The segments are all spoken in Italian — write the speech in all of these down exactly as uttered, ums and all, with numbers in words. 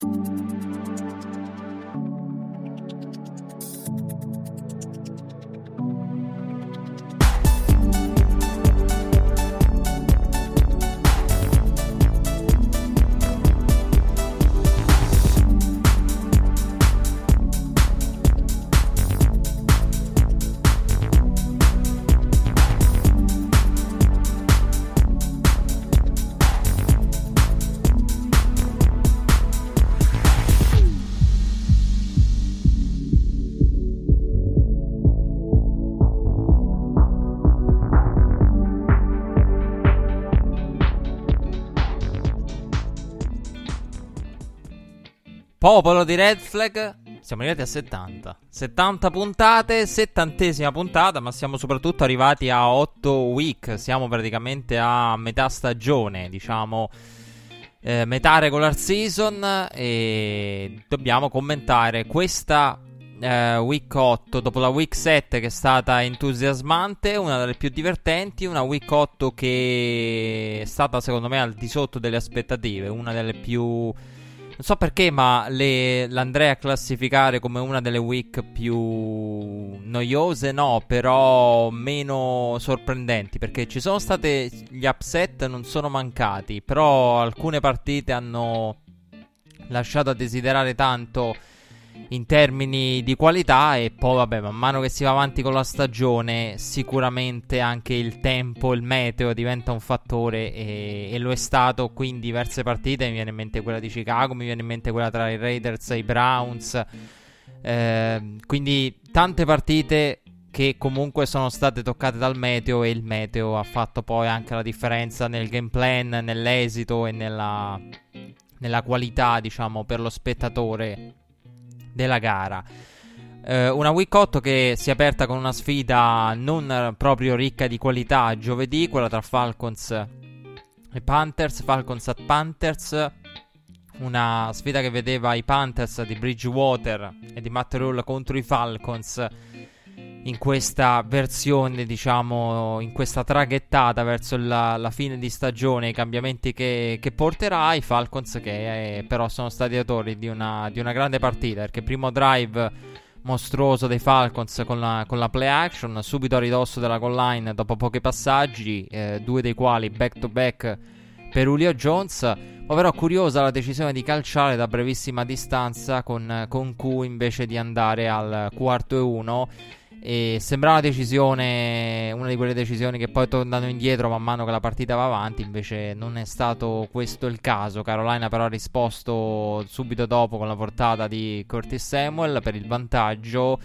Popolo di Red Flag, siamo arrivati a settanta settanta puntate, settantesima puntata, ma siamo soprattutto arrivati a otto week. Siamo praticamente a metà stagione, diciamo eh, metà regular season, e dobbiamo commentare questa eh, week otto dopo la week sette, che è stata entusiasmante, una delle più divertenti, una week otto che è stata secondo me al di sotto delle aspettative, una delle più... Non so perché, ma le, l'andrei a classificare come una delle week più noiose, no, però meno sorprendenti, perché ci sono state, gli upset non sono mancati, però alcune partite hanno lasciato a desiderare tanto in termini di qualità. E poi vabbè, man mano che si va avanti con la stagione sicuramente anche il tempo, il meteo diventa un fattore, e, e lo è stato qui in diverse partite. Mi viene in mente quella di Chicago, mi viene in mente quella tra i Raiders e i Browns, eh, quindi tante partite che comunque sono state toccate dal meteo, e il meteo ha fatto poi anche la differenza nel game plan, nell'esito e nella, nella qualità, diciamo, per lo spettatore della gara. Eh, una week otto che si è aperta con una sfida non proprio ricca di qualità giovedì, quella tra Falcons e Panthers, Falcons at Panthers, una sfida che vedeva i Panthers di Bridgewater e di Matt Rule contro i Falcons in questa versione, diciamo, in questa traghettata verso la, la fine di stagione, i cambiamenti che, che porterà. I Falcons che eh, però sono stati autori di una, di una grande partita, perché primo drive mostruoso dei Falcons con la, con la play action, subito a ridosso della goal line dopo pochi passaggi, eh, due dei quali back to back per Julio Jones. Ma però curiosa la decisione di calciare da brevissima distanza con, con Q invece di andare al quarto e uno. E sembra una decisione, una di quelle decisioni che poi tornano indietro man mano che la partita va avanti. Invece non è stato questo il caso. Carolina però ha risposto subito dopo con la portata di Curtis Samuel per il vantaggio,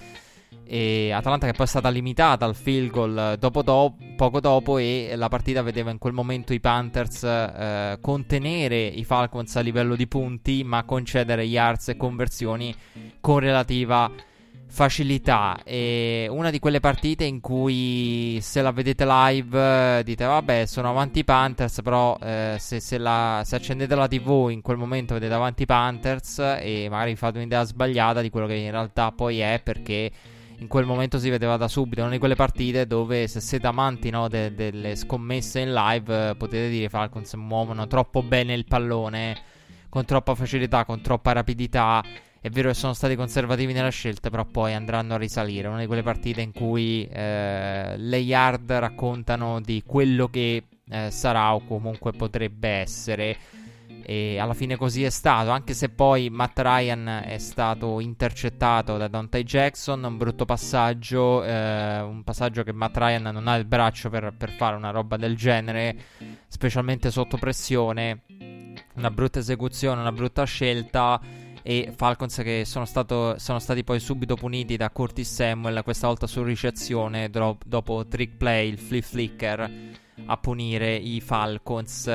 e Atalanta che poi è stata limitata al field goal dopo do- poco dopo, e la partita vedeva in quel momento i Panthers eh, contenere i Falcons a livello di punti, ma concedere yards e conversioni con relativa facilità. E una di quelle partite in cui, se la vedete live, dite vabbè, sono avanti i Panthers, però eh, se, se, la, se accendete la tivù in quel momento vedete avanti i Panthers, e magari fate un'idea sbagliata di quello che in realtà poi è, perché in quel momento si vedeva da subito. Una di quelle partite dove, se siete amanti, no, de- delle scommesse in live, potete dire i Falcons muovono troppo bene il pallone, con troppa facilità, con troppa rapidità. È vero che sono stati conservativi nella scelta, però poi andranno a risalire. Una di quelle partite in cui eh, le yard raccontano di quello che eh, sarà o comunque potrebbe essere. E alla fine così è stato, anche se poi Matt Ryan è stato intercettato da Dante Jackson. Un brutto passaggio, eh, un passaggio che Matt Ryan non ha il braccio per, per fare una roba del genere, specialmente sotto pressione. Una brutta esecuzione, una brutta scelta. E Falcons che sono, stato, sono stati poi subito puniti da Curtis Samuel, questa volta su ricezione, drop, dopo trick play, il flip flicker a punire i Falcons.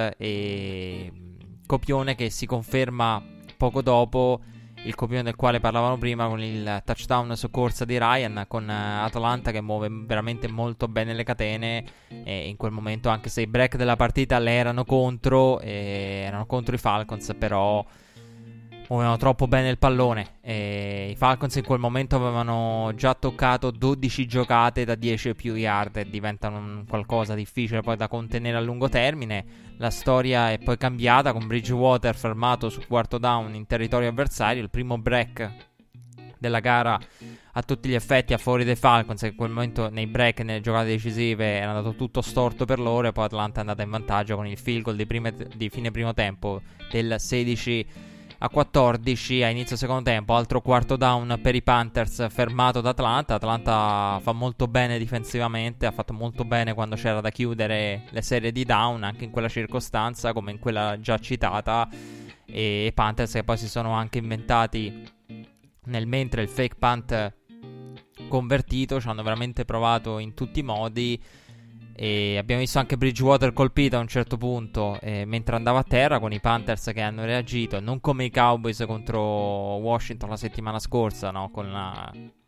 E copione che si conferma poco dopo, il copione del quale parlavamo prima, con il touchdown su corsa di Ryan, con Atalanta che muove veramente molto bene le catene. E in quel momento, anche se i break della partita le erano contro, eh, erano contro i Falcons, però muovevano troppo bene il pallone, e i Falcons in quel momento avevano già toccato dodici giocate da dieci e più yard e diventano un qualcosa difficile poi da contenere a lungo termine. La storia è poi cambiata con Bridgewater fermato su quarto down in territorio avversario, il primo break della gara a tutti gli effetti a favore dei Falcons, che in quel momento nei break e nelle giocate decisive era andato tutto storto per loro, e poi Atlanta è andata in vantaggio con il field goal di, prime, di fine primo tempo del sedici a quattordici a inizio secondo tempo. Altro quarto down per i Panthers fermato da Atlanta. Atlanta fa molto bene difensivamente, ha fatto molto bene quando c'era da chiudere le serie di down, anche in quella circostanza come in quella già citata, e i Panthers che poi si sono anche inventati nel mentre il fake punt convertito, ci hanno veramente provato in tutti i modi. E abbiamo visto anche Bridgewater colpito a un certo punto, eh, mentre andava a terra, con i Panthers che hanno reagito, non come i Cowboys contro Washington la settimana scorsa, no? Con la,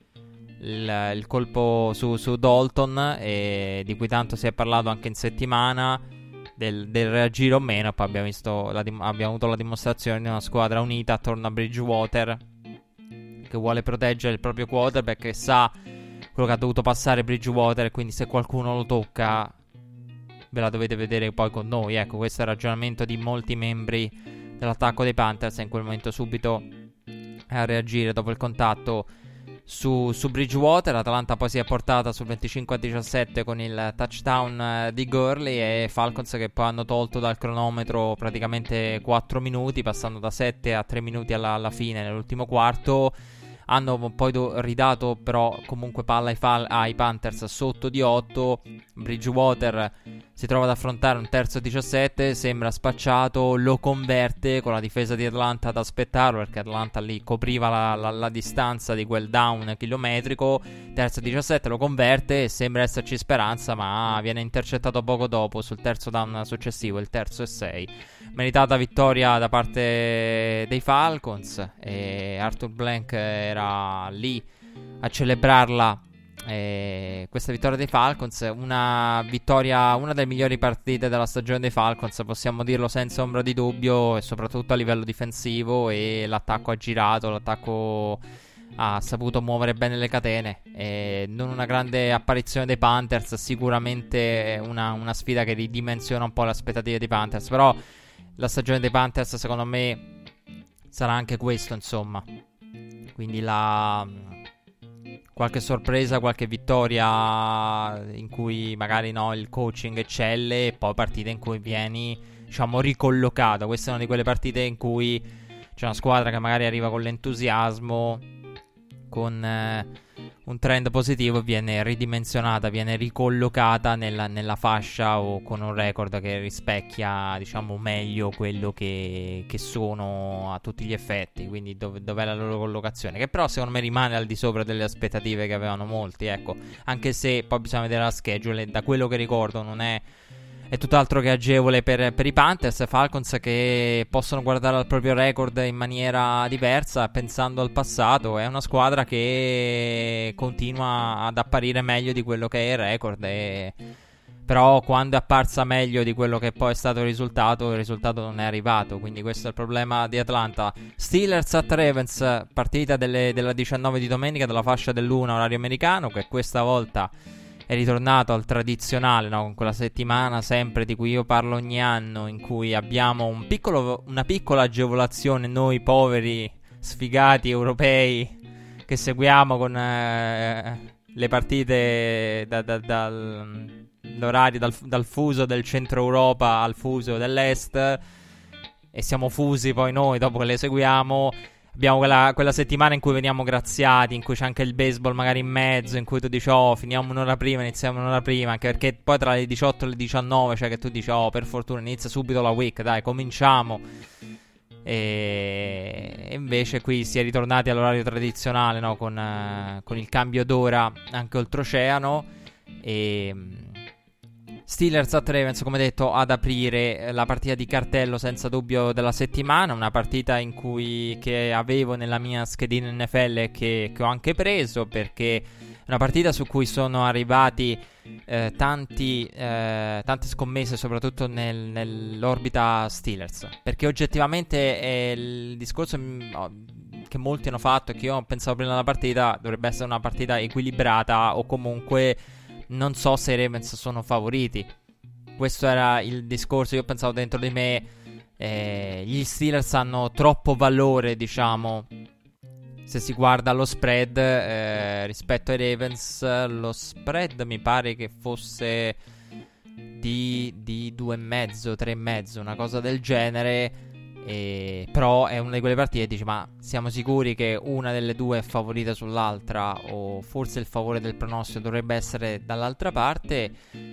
il, il colpo su, su Dalton, e di cui tanto si è parlato anche in settimana, del, del reagire o meno. Poi abbiamo, visto la, abbiamo avuto la dimostrazione di una squadra unita attorno a Bridgewater, che vuole proteggere il proprio quarterback, che sa quello che ha dovuto passare Bridgewater, quindi se qualcuno lo tocca ve la dovete vedere poi con noi. Ecco, questo è il ragionamento di molti membri dell'attacco dei Panthers, e in quel momento subito a reagire dopo il contatto su, su Bridgewater. Atlanta poi si è portata sul venticinque a diciassette con il touchdown di Gurley, e Falcons che poi hanno tolto dal cronometro praticamente quattro minuti, passando da sette a tre minuti alla, alla fine nell'ultimo quarto. Hanno poi do- ridato però comunque palla ai, fal- ai Panthers sotto di otto. Bridgewater si trova ad affrontare un terzo e diciassette, sembra spacciato, lo converte con la difesa di Atlanta ad aspettarlo, perché Atlanta lì copriva la, la, la distanza di quel down chilometrico. Terzo e diciassette, lo converte e sembra esserci speranza, ma viene intercettato poco dopo sul terzo down successivo, il terzo e sei. Meritata vittoria da parte dei Falcons, e Arthur Blank era lì a celebrarla, eh, questa vittoria dei Falcons. Una vittoria, una delle migliori partite della stagione dei Falcons, possiamo dirlo senza ombra di dubbio, e soprattutto a livello difensivo, e l'attacco ha girato, l'attacco ha saputo muovere bene le catene, e non una grande apparizione dei Panthers, sicuramente una, una sfida che ridimensiona un po' le aspettative dei Panthers, però la stagione dei Panthers secondo me sarà anche questo, insomma. Quindi la qualche sorpresa, qualche vittoria in cui magari no, il coaching eccelle, e poi partite in cui vieni, diciamo, ricollocato. Questa è una di quelle partite in cui c'è una squadra che magari arriva con l'entusiasmo, con eh, un trend positivo, viene ridimensionata, viene ricollocata nella, nella fascia, o con un record che rispecchia, diciamo, meglio quello che, che sono a tutti gli effetti. Quindi dov- dov'è la loro collocazione, che però secondo me rimane al di sopra delle aspettative che avevano molti, ecco. Anche se poi bisogna vedere la schedule, da quello che ricordo non è è tutt'altro che agevole per, per i Panthers. Falcons che possono guardare al proprio record in maniera diversa, pensando al passato. È una squadra che continua ad apparire meglio di quello che è il record, e però quando è apparsa meglio di quello che poi è stato il risultato, il risultato non è arrivato. Quindi questo è il problema di Atlanta. Steelers at Ravens, partita delle, della diciannove di domenica, della fascia dell'una orario americano, che questa volta è ritornato al tradizionale, no? Con quella settimana sempre di cui io parlo ogni anno, in cui abbiamo un piccolo, una piccola agevolazione noi poveri sfigati europei, che seguiamo con eh, le partite da, da, dal, l'orario dal, dal fuso del centro Europa al fuso dell'est, e siamo fusi poi noi dopo che le seguiamo. Abbiamo quella, quella settimana in cui veniamo graziati, in cui c'è anche il baseball magari in mezzo, in cui tu dici oh, finiamo un'ora prima, iniziamo un'ora prima, anche perché poi tra le diciotto e le diciannove, cioè che tu dici oh, per fortuna inizia subito la week, dai, cominciamo. E invece qui si è ritornati all'orario tradizionale, no? Con, uh, con il cambio d'ora anche oltreoceano. E Steelers at Ravens, come detto, ad aprire la partita di cartello senza dubbio della settimana. Una partita in cui che avevo nella mia schedina N F L, che, che ho anche preso, perché una partita su cui sono arrivati eh, tanti, eh, tante scommesse, soprattutto nel, nell'orbita Steelers, perché oggettivamente è il discorso che molti hanno fatto e che io pensavo prima della partita, dovrebbe essere una partita equilibrata, o comunque non so se i Ravens sono favoriti. Questo era il discorso. Io pensavo dentro di me, eh, gli Steelers hanno troppo valore, diciamo, se si guarda lo spread eh, rispetto ai Ravens. Lo spread mi pare che fosse di, di due e mezzo, tre e mezzo, una cosa del genere. E, però è una di quelle partite, dici, ma siamo sicuri che una delle due è favorita sull'altra, o forse il favore del pronostico dovrebbe essere dall'altra parte?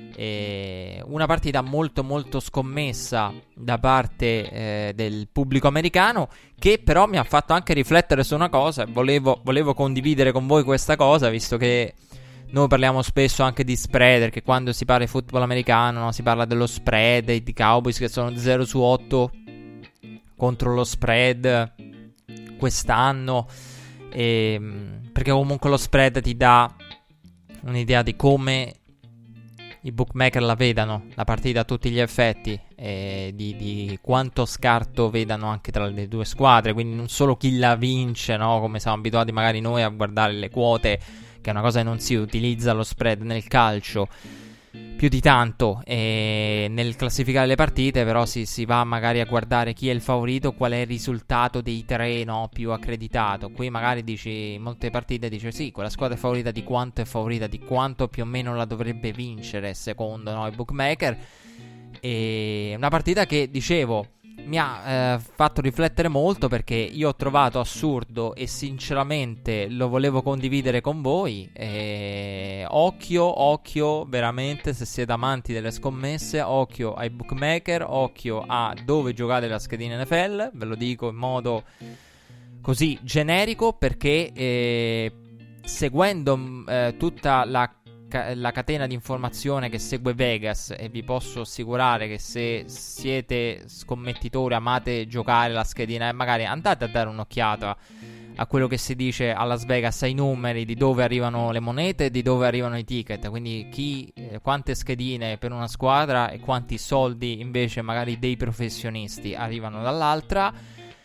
E una partita molto molto scommessa da parte eh, del pubblico americano, che però mi ha fatto anche riflettere su una cosa. Volevo, volevo condividere con voi questa cosa, visto che noi parliamo spesso anche di spread, perché quando si parla di football americano, no, si parla dello spread e di Cowboys che sono zero su otto contro lo spread quest'anno, e, perché comunque lo spread ti dà un'idea di come i bookmaker la vedano la partita a tutti gli effetti, e di, di quanto scarto vedano anche tra le due squadre, quindi non solo chi la vince, no, come siamo abituati magari noi a guardare le quote, che è una cosa che non si utilizza lo spread nel calcio più di tanto, e nel classificare le partite però si, si va magari a guardare chi è il favorito, qual è il risultato dei tre, no, più accreditato. Qui magari dici, in molte partite dice sì, quella squadra è favorita di quanto è favorita, di quanto più o meno la dovrebbe vincere secondo, no, i bookmaker. E una partita che, dicevo, mi ha eh, fatto riflettere molto, perché io ho trovato assurdo e sinceramente lo volevo condividere con voi. E occhio, occhio veramente, se siete amanti delle scommesse, occhio ai bookmaker, occhio a dove giocate la schedina N F L, ve lo dico in modo così generico, perché eh, seguendo eh, tutta la la catena di informazione che segue Vegas, e vi posso assicurare che se siete scommettitori, amate giocare la schedina, e magari andate a dare un'occhiata a quello che si dice a Las Vegas, ai numeri di dove arrivano le monete, di dove arrivano i ticket, quindi chi, eh, quante schedine per una squadra e quanti soldi invece magari dei professionisti arrivano dall'altra.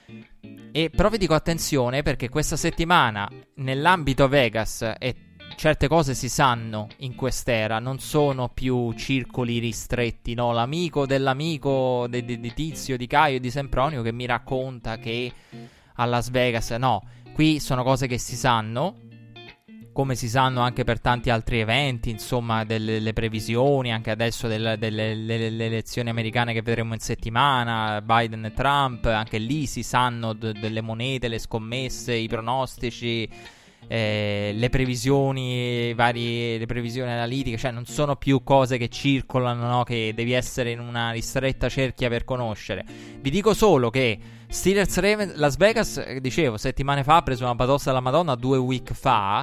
E però vi dico attenzione, perché questa settimana nell'ambito Vegas è certe cose si sanno in quest'era, non sono più circoli ristretti, no? L'amico dell'amico di de, de Tizio, di Caio e di Sempronio che mi racconta che a Las Vegas, no, qui sono cose che si sanno, come si sanno anche per tanti altri eventi, insomma, delle, delle previsioni, anche adesso del, delle, delle, delle elezioni americane che vedremo in settimana, Biden e Trump, anche lì si sanno d- delle monete, le scommesse, i pronostici, Eh, le previsioni varie, le previsioni analitiche, cioè non sono più cose che circolano, no? Che devi essere in una ristretta cerchia per conoscere. Vi dico solo che Steelers Ravens, Las Vegas, dicevo, settimane fa ha preso una batosta della Madonna, due week fa,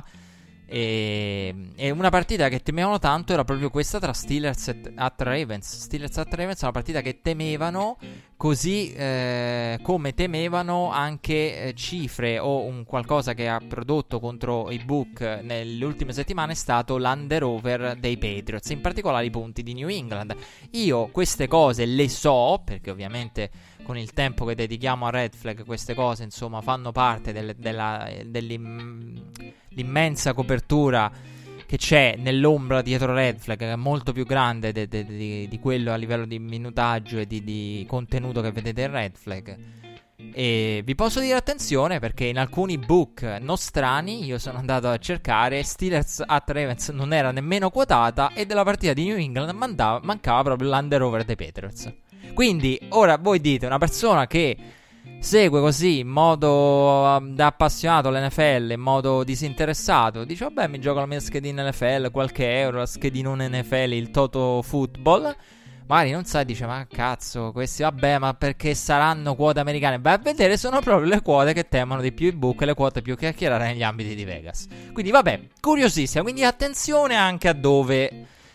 e, e una partita che temevano tanto era proprio questa tra Steelers at, at Ravens. Steelers at Ravens è una partita che temevano, così eh, come temevano anche eh, cifre o un qualcosa che ha prodotto contro i book nelle ultime settimane è stato l'under-over dei Patriots, in particolare i punti di New England. Io queste cose le so, perché ovviamente con il tempo che dedichiamo a Red Flag queste cose, insomma, fanno parte del, della, dell'immensa copertura che c'è nell'ombra dietro Red Flag, che è molto più grande de, de, de, di quello a livello di minutaggio e di, di contenuto che vedete in Red Flag. E vi posso dire attenzione, perché in alcuni book nostrani io sono andato a cercare, Steelers at Ravens non era nemmeno quotata, e della partita di New England mandava, mancava proprio l'under-over dei Patriots. Quindi ora voi dite, una persona che segue così in modo um, da appassionato l'N F L, in modo disinteressato, dice vabbè, mi gioco la mia schedina N F L, qualche euro, la schedinone N F L, il Toto Football, magari non sai, dice ma cazzo, questi vabbè, ma perché saranno quote americane? Vai a vedere, sono proprio le quote che temono di più i book, le quote più chiacchierate negli ambiti di Vegas. Quindi vabbè, curiosissima, quindi attenzione anche a dove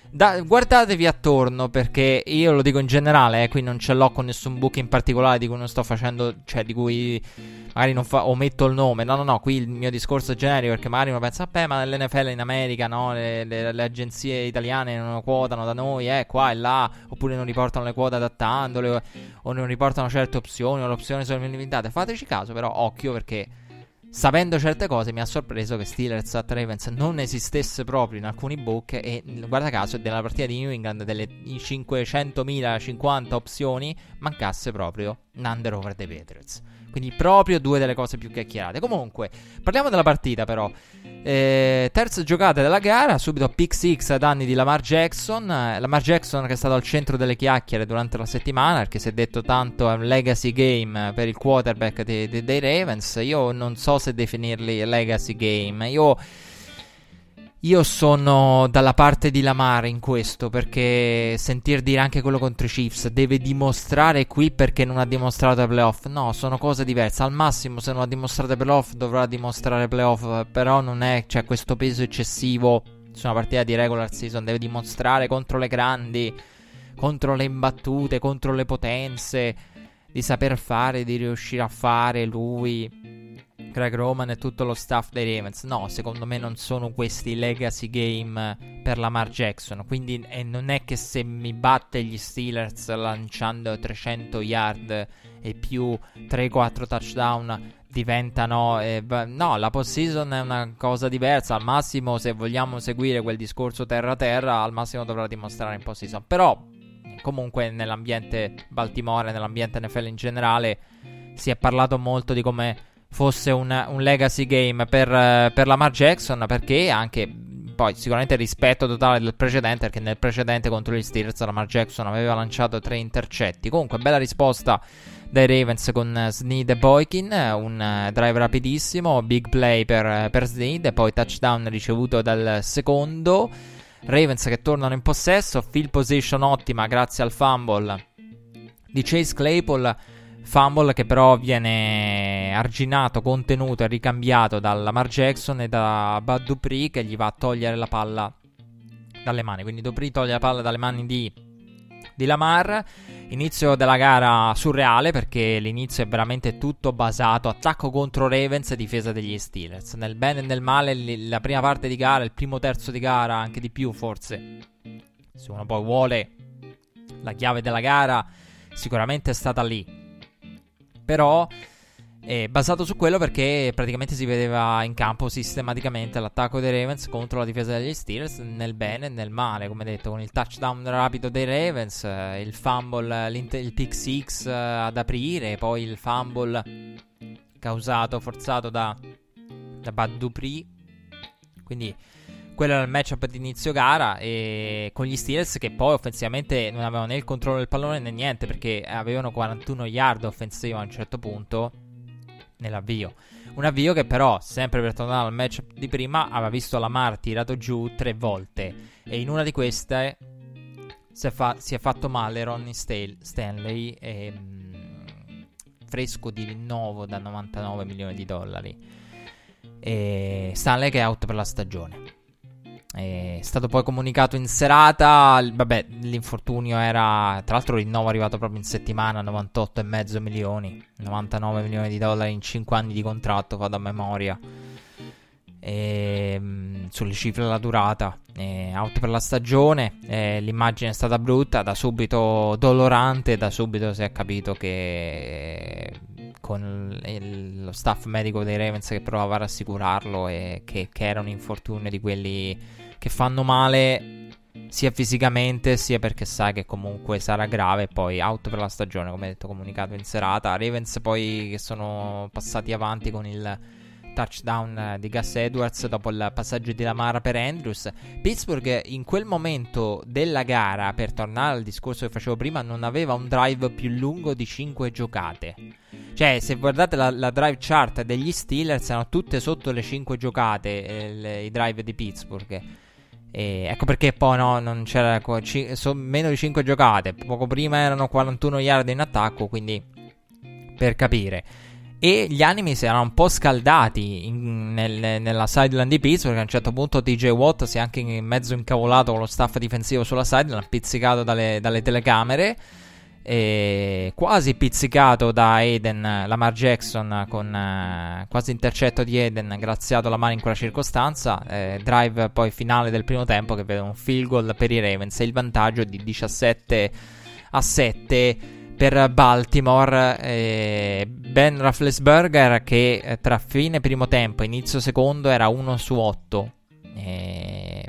Da, guardatevi attorno, perché io lo dico in generale, eh, qui non ce l'ho con nessun book in particolare di cui non sto facendo, cioè di cui magari non fa, ometto il nome. No, no, no, qui il mio discorso è generico, perché magari uno pensa, vabbè, ma nell'N F L in America, no, le, le, le agenzie italiane non quotano da noi, eh, qua e là, oppure non riportano le quote adattandole, o, o non riportano certe opzioni, o le opzioni sono limitate. Fateci caso, però, occhio, perché sapendo certe cose mi ha sorpreso che Steelers at Ravens non esistesse proprio in alcuni book, e guarda caso della partita di New England, delle cinquecentomila cinquanta opzioni, mancasse proprio Under over the Patriots. Quindi proprio due delle cose più chiacchierate. Comunque, parliamo della partita però. Eh, terza giocata della gara, subito pick six ai danni di Lamar Jackson. Eh, Lamar Jackson che è stato al centro delle chiacchiere durante la settimana, perché si è detto tanto è un legacy game per il quarterback dei, dei, dei Ravens. Io non so se definirli legacy game. Io... Io sono dalla parte di Lamar in questo, perché sentir dire anche quello contro i Chiefs, deve dimostrare qui perché non ha dimostrato ai playoff. No, sono cose diverse. Al massimo, se non ha dimostrato ai playoff, dovrà dimostrare ai playoff. Però non è, c'è questo peso eccessivo su una partita di regular season. Deve dimostrare contro le grandi, contro le imbattute, contro le potenze, di saper fare, di riuscire a fare lui, Greg Roman e tutto lo staff dei Ravens. No, secondo me non sono questi legacy game per Lamar Jackson. Quindi eh, non è che se mi batte gli Steelers lanciando trecento yard e più tre quattro touchdown diventano eh, b- no, la postseason è una cosa diversa. Al massimo, se vogliamo seguire quel discorso terra terra, al massimo dovrà dimostrare in postseason. Però comunque nell'ambiente Baltimore, nell'ambiente N F L in generale, si è parlato molto di come fosse un, un legacy game per, per Lamar Jackson, perché anche poi sicuramente rispetto totale del precedente, perché nel precedente contro gli Steelers Lamar Jackson aveva lanciato tre intercetti. Comunque bella risposta dai Ravens con Snead e Boykin, un drive rapidissimo, big play per, per Snead e poi touchdown ricevuto dal secondo. Ravens che tornano in possesso, field position ottima grazie al fumble di Chase Claypool. Fumble che però viene arginato, contenuto e ricambiato da Lamar Jackson e da Bud Dupree, che gli va a togliere la palla dalle mani. Quindi Dupree toglie la palla dalle mani di, di Lamar. Inizio della gara surreale, perché l'inizio è veramente tutto basato attacco contro Ravens e difesa degli Steelers. Nel bene e nel male, la prima parte di gara, il primo terzo di gara, anche di più forse, se uno poi vuole, la chiave della gara sicuramente è stata lì. Però è basato su quello, perché praticamente si vedeva in campo sistematicamente l'attacco dei Ravens contro la difesa degli Steelers, nel bene e nel male, come detto, con il touchdown rapido dei Ravens, eh, il fumble, il pick six eh, ad aprire, poi il fumble causato, forzato da, da Bud Dupree. Quindi quello era il matchup di inizio gara, e con gli Steelers che poi offensivamente non avevano né il controllo del pallone né niente, perché avevano quarantuno yard offensivo a un certo punto nell'avvio. Un avvio che però, sempre per tornare al matchup di prima, aveva visto Lamar tirato giù tre volte, e in una di queste si è, fa- si è fatto male Ronnie Stale- Stanley, e, mh, fresco di rinnovo da novantanove milioni di dollari. E Stanley che è out per la stagione. È stato poi comunicato in serata. Vabbè, l'infortunio era, tra l'altro, il rinnovo è arrivato proprio in settimana, novantotto virgola cinque milioni, novantanove milioni di dollari in cinque anni di contratto, vado a memoria. E, mh, sulle cifre della durata, e, out per la stagione. E, l'immagine è stata brutta, da subito dolorante, da subito si è capito che con il, lo staff medico dei Ravens che provava a rassicurarlo, e che, che era un infortunio di quelli che fanno male sia fisicamente sia perché sai che comunque sarà grave. Poi out per la stagione, come detto, comunicato in serata. Ravens poi che sono passati avanti con il touchdown di Gus Edwards dopo il passaggio di Lamar per Andrews. Pittsburgh in quel momento della gara, per tornare al discorso che facevo prima, non aveva un drive più lungo di cinque giocate. Cioè, se guardate la, la drive chart degli Steelers, erano tutte sotto le cinque giocate, eh, le, i drive di Pittsburgh. E ecco perché poi no, non c'era c- so, meno di cinque giocate. Poco prima erano quarantuno yard in attacco, quindi per capire. e gli animi si erano un po' scaldati in, nel, nella sideline di Pittsburgh. A un certo punto T J Watt si è anche in mezzo incavolato con lo staff difensivo sulla sideline, pizzicato dalle, dalle telecamere, e quasi pizzicato da Eden, Lamar Jackson, con eh, quasi intercetto di Eden, graziato la mano in quella circostanza. eh, drive poi finale del primo tempo che vede un field goal per i Ravens e il vantaggio di diciassette a sette per Baltimore. eh, Ben Roethlisberger, che eh, tra fine primo tempo e inizio secondo era uno su otto, eh,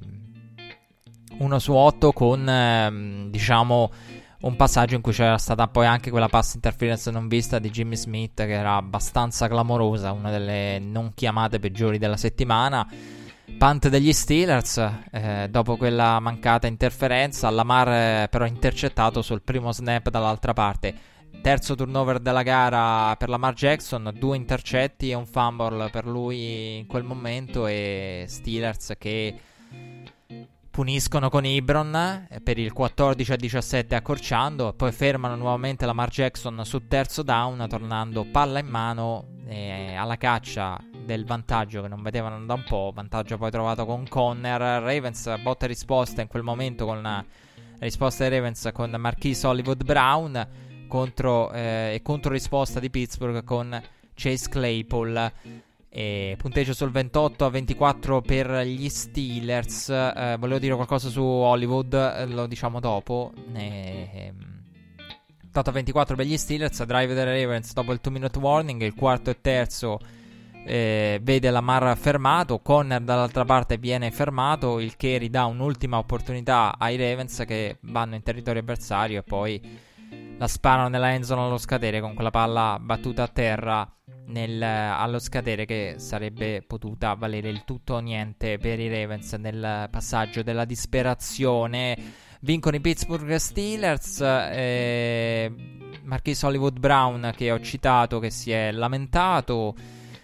uno su otto con eh, diciamo un passaggio in cui c'era stata poi anche quella pass interference non vista di Jimmy Smith, che era abbastanza clamorosa, una delle non chiamate peggiori della settimana. Punt degli Steelers, eh, dopo quella mancata interferenza. Lamar eh, però intercettato sul primo snap dall'altra parte. Terzo turnover della gara per Lamar Jackson, due intercetti e un fumble per lui in quel momento, e Steelers che puniscono con Ebron per il quattordici a diciassette accorciando, poi fermano nuovamente Lamar Jackson su terzo down, tornando palla in mano eh, alla caccia del vantaggio che non vedevano da un po'. Vantaggio poi trovato con Conner. Ravens botta e risposta in quel momento con la risposta dei Ravens con Marquise Hollywood Brown contro, eh, e contro risposta di Pittsburgh con Chase Claypool. E punteggio sul ventotto a ventiquattro per gli Steelers. eh, Volevo dire qualcosa su Hollywood, eh, lo diciamo dopo. eh, ventotto a ventiquattro per gli Steelers. Drive dei Ravens dopo il two minute warning. Il quarto e terzo eh, vede Lamar fermato. Conner dall'altra parte viene fermato, il che ridà un'ultima opportunità ai Ravens, che vanno in territorio avversario e poi la sparano nella end zone allo scadere, con quella palla battuta a terra nel, allo scadere, che sarebbe potuta valere il tutto o niente per i Ravens nel passaggio della disperazione. Vincono i Pittsburgh Steelers. eh, Marquise Hollywood Brown, che ho citato, che si è lamentato,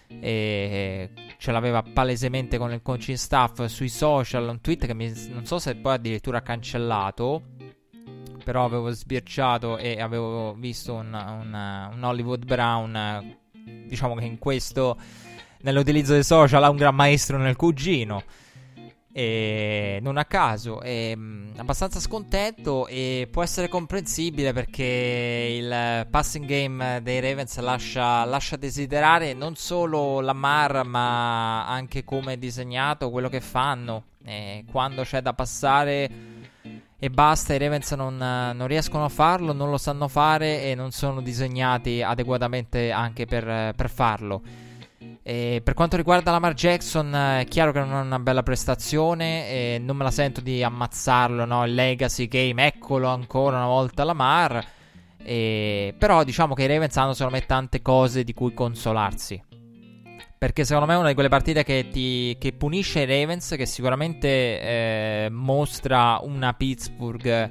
e ce l'aveva palesemente con il coaching staff sui social, un tweet che mi, non so se poi addirittura cancellato, però avevo sbirciato e avevo visto un, un, un Hollywood Brown, diciamo che in questo, nell'utilizzo dei social, ha un gran maestro nel cugino, e non a caso è mh, abbastanza scontento, e può essere comprensibile perché il passing game dei Ravens lascia, lascia desiderare non solo Lamar, ma anche come è disegnato, quello che fanno. E quando c'è da passare e basta, i Ravens non, non riescono a farlo, non lo sanno fare e non sono disegnati adeguatamente anche per, per farlo. E per quanto riguarda Lamar Jackson, è chiaro che non è una bella prestazione, e non me la sento di ammazzarlo, no? Il legacy game, eccolo ancora una volta Lamar. E però diciamo che i Ravens hanno secondo me tante cose di cui consolarsi, perché secondo me è una di quelle partite che, ti, che punisce i Ravens, che sicuramente eh, mostra una Pittsburgh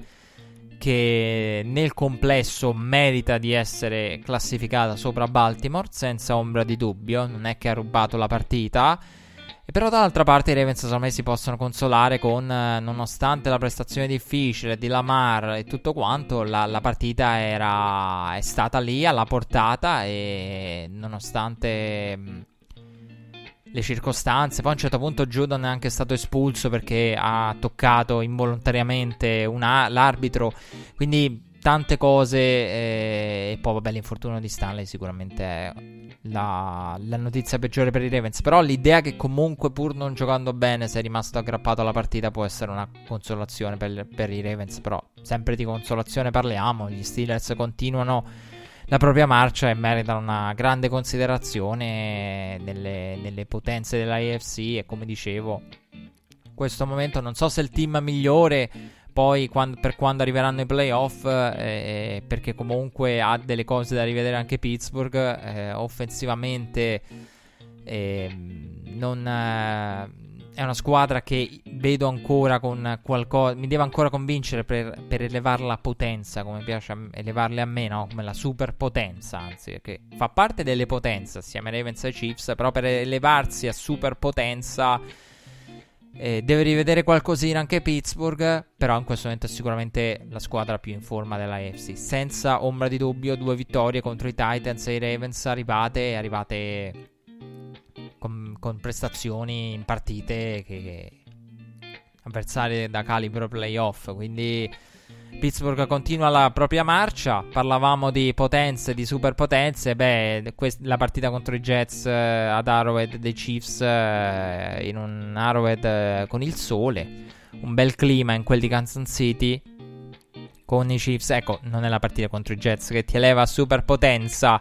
che nel complesso merita di essere classificata sopra Baltimore, senza ombra di dubbio. Non è che ha rubato la partita, e però dall'altra parte i Ravens secondo me si possono consolare con, eh, nonostante la prestazione difficile di Lamar e tutto quanto, la, la partita era, è stata lì alla portata, e nonostante mh, le circostanze, poi a un certo punto Judon è anche stato espulso perché ha toccato involontariamente una, l'arbitro, quindi tante cose, eh, e poi vabbè l'infortunio di Stanley sicuramente è la, la notizia peggiore per i Ravens, però l'idea che comunque pur non giocando bene sei rimasto aggrappato alla partita può essere una consolazione per, per i Ravens. Però sempre di consolazione parliamo, gli Steelers continuano la propria marcia e meritano una grande considerazione nelle, nelle potenze della A F C, e come dicevo, in questo momento non so se è il team migliore poi quando, per quando arriveranno i playoff, eh, perché comunque ha delle cose da rivedere anche Pittsburgh, eh, offensivamente eh, non... Eh, è una squadra che vedo ancora con qualcosa, mi deve ancora convincere per, per elevarla a potenza, come piace a, elevarle a me, no? Come la superpotenza, anzi, che fa parte delle potenze assieme ai Ravens e ai Chiefs, però per elevarsi a superpotenza Eh, deve rivedere qualcosina anche Pittsburgh, però in questo momento è sicuramente la squadra più in forma della A F C. Senza ombra di dubbio, due vittorie contro i Titans e i Ravens arrivate, arrivate con, con prestazioni in partite che, che avversari da calibro playoff. Quindi Pittsburgh continua la propria marcia. Parlavamo di potenze, di superpotenze. Beh, quest- la partita contro i Jets eh, ad Arrowhead dei Chiefs, eh, in un Arrowhead eh, con il sole, un bel clima in quel di Kansas City con i Chiefs. Ecco, non è la partita contro i Jets che ti eleva a superpotenza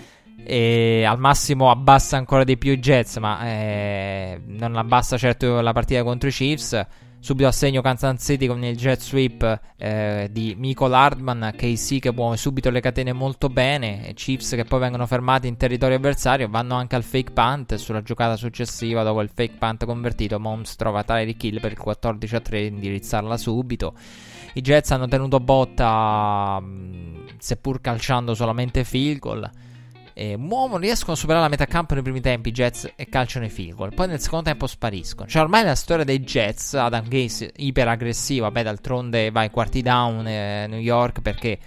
e al massimo abbassa ancora di più i Jets, ma eh, non abbassa certo la partita contro i Chiefs. Subito a segno Kansas City con il jet sweep eh, di Mecole Hardman, K C che muove subito le catene molto bene, e Chiefs che poi vengono fermati in territorio avversario, vanno anche al fake punt. Sulla giocata successiva, dopo il fake punt convertito, Mahomes trova Tyreek Hill per il quattordici a tre, indirizzarla subito. I Jets hanno tenuto botta, mh, seppur calciando solamente field goal. E muovono, riescono a superare la metà campo nei primi tempi Jets e calciano i field goal. Poi nel secondo tempo spariscono. Cioè ormai la storia dei Jets, Adam Gase iper aggressivo. Vabbè, d'altronde vai quarti down eh, New York, perché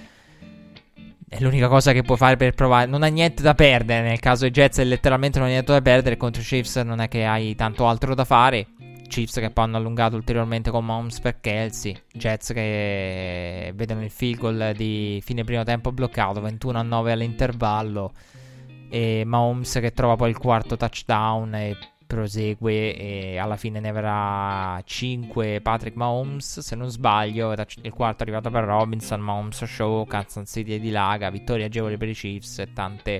è l'unica cosa che puoi fare per provare. Non hai niente da perdere. Nel caso dei Jets letteralmente non hai niente da perdere. Contro i Chiefs non è che hai tanto altro da fare. Chiefs che poi hanno allungato ulteriormente con Mahomes per Kelsey. Jets che vedono il field goal di fine primo tempo bloccato, ventuno a nove all'intervallo, e Mahomes che trova poi il quarto touchdown e prosegue, e alla fine ne avrà cinque Patrick Mahomes se non sbaglio. Il quarto è arrivato per Robinson. Mahomes show, Kansas City dilaga, vittoria agevole per i Chiefs e tante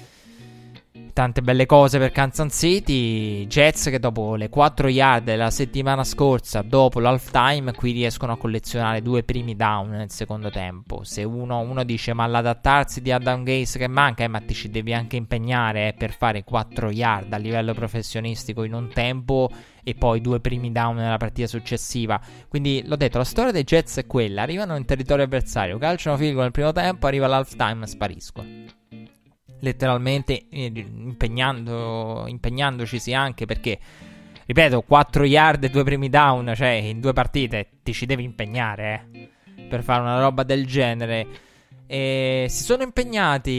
Tante belle cose per Kansas City. Jets che dopo le quattro yard della settimana scorsa, dopo l'halftime, qui riescono a collezionare due primi down nel secondo tempo. Se uno, uno dice ma l'adattarsi di Adam Gase che manca, eh, ma ti ci devi anche impegnare eh, per fare quattro yard a livello professionistico in un tempo e poi due primi down nella partita successiva. Quindi l'ho detto, la storia dei Jets è quella: arrivano in territorio avversario, calciano field goal nel primo tempo, arriva l'halftime, spariscono letteralmente, eh, impegnando, impegnandocisi anche perché, ripeto, quattro yard e due primi down, cioè in due partite ti ci devi impegnare eh, per fare una roba del genere. E si sono impegnati,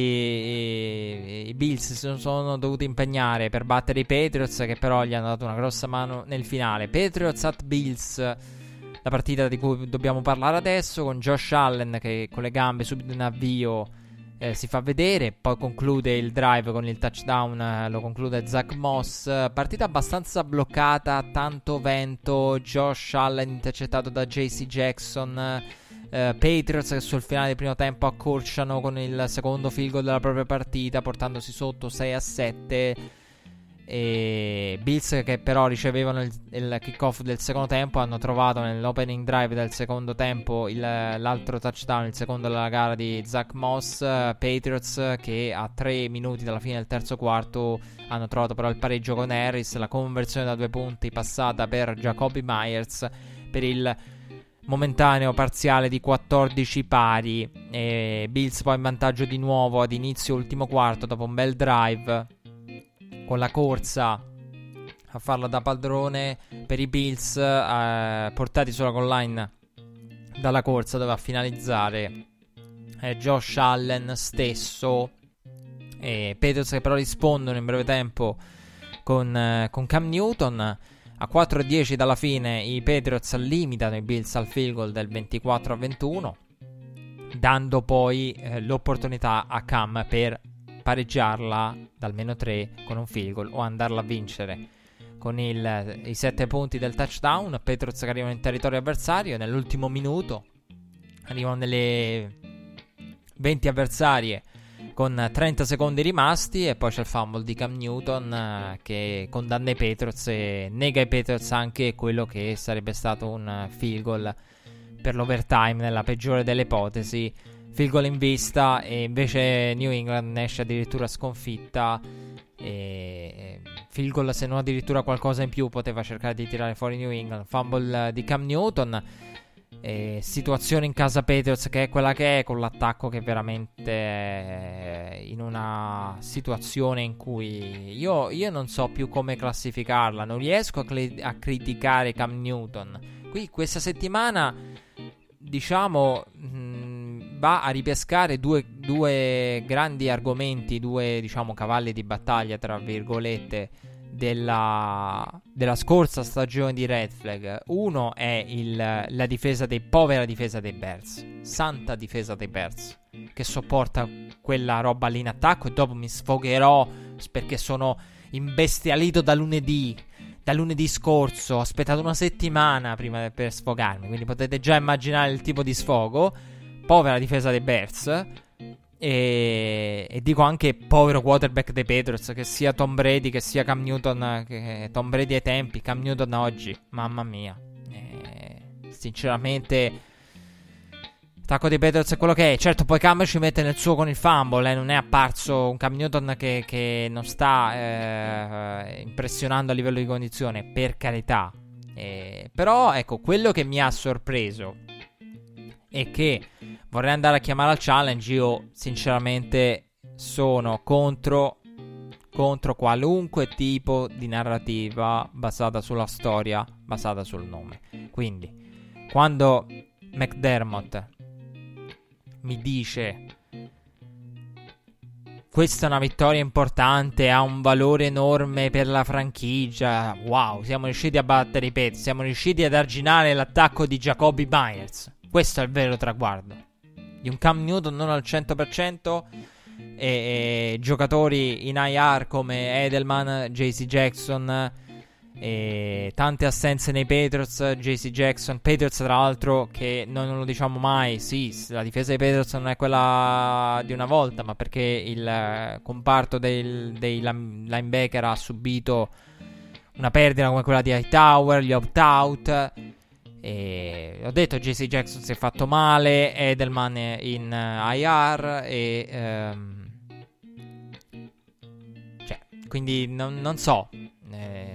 i, i Bills si sono dovuti impegnare per battere i Patriots, che però gli hanno dato una grossa mano nel finale. Patriots at Bills, la partita di cui dobbiamo parlare adesso, con Josh Allen che con le gambe subito in avvio Eh, si fa vedere, poi conclude il drive con il touchdown, eh, lo conclude Zach Moss. Partita abbastanza bloccata, tanto vento, Josh Allen intercettato da J C Jackson, eh, Patriots che sul finale del primo tempo accorciano con il secondo field goal della propria partita, portandosi sotto sei a sette. E Bills che però ricevevano il, il kickoff del secondo tempo hanno trovato nell'opening drive del secondo tempo il, l'altro touchdown, il secondo della gara di Zach Moss. Patriots che a tre minuti dalla fine del terzo quarto hanno trovato però il pareggio con Harris, la conversione da due punti passata per Jacoby Myers per il momentaneo parziale di quattordici pari. E Bills poi in vantaggio di nuovo ad inizio ultimo quarto dopo un bel drive, con la corsa a farla da padrone per i Bills, eh, portati sulla goal line dalla corsa, dove a finalizzare eh, Josh Allen stesso. E Patriots che però rispondono in breve tempo con, eh, con Cam Newton. A quattro a dieci dalla fine i Patriots limitano i Bills al field goal del ventiquattro a ventuno, dando poi eh, l'opportunità a Cam per pareggiarla dal meno tre con un field goal o andarla a vincere con il, i sette punti del touchdown. Patriots che arrivano in territorio avversario nell'ultimo minuto, arrivano nelle venti avversarie con trenta secondi rimasti, e poi c'è il fumble di Cam Newton eh, che condanna i Patriots e nega ai Patriots anche quello che sarebbe stato un field goal per l'overtime nella peggiore delle ipotesi. Field goal in vista, e invece New England ne esce addirittura sconfitta. E field goal, se non addirittura qualcosa in più, poteva cercare di tirare fuori New England. Fumble di Cam Newton. E situazione in casa Patriots che è quella che è, con l'attacco che veramente è in una situazione in cui io, io non so più come classificarla, non riesco a, cl- a criticare Cam Newton. Qui questa settimana, diciamo, mh, va a ripescare due, due grandi argomenti, due, diciamo, cavalli di battaglia, tra virgolette, della, della scorsa stagione di Red Flag. Uno è il, la difesa dei povera difesa dei Bears, santa difesa dei Bears, che sopporta quella roba lì in attacco, e dopo mi sfogherò perché sono imbestialito da lunedì da lunedì scorso, ho aspettato una settimana prima de- per sfogarmi, quindi potete già immaginare il tipo di sfogo. Povera difesa dei Bears. E, e dico anche povero quarterback dei Patriots, che sia Tom Brady che sia Cam Newton, che Tom Brady ai tempi, Cam Newton oggi, mamma mia. E, sinceramente l'attacco dei Patriots è quello che è. Certo, poi Cam ci mette nel suo con il fumble, eh, non è apparso un Cam Newton che, che non sta eh, impressionando a livello di condizione, per carità. Eh, però ecco, quello che mi ha sorpreso e che vorrei andare a chiamare al challenge. Io sinceramente sono contro contro qualunque tipo di narrativa basata sulla storia, basata sul nome. Quindi quando McDermott mi dice questa è una vittoria importante, ha un valore enorme per la franchigia, wow, siamo riusciti a battere i Pets, siamo riusciti ad arginare l'attacco di Jacoby Myers, questo è il vero traguardo di un Cam Newton non al cento per cento, e, e giocatori in I R come Edelman, J C Jackson, e tante assenze nei Patriots. J C Jackson, Patriots tra l'altro, che noi non lo diciamo mai, sì, la difesa dei Patriots non è quella di una volta, ma perché il comparto dei, dei linebacker ha subito una perdita come quella di Hightower, gli opt-out. E ho detto, J C Jackson si è fatto male, Edelman in uh, I R e um, cioè, quindi non, non so, eh,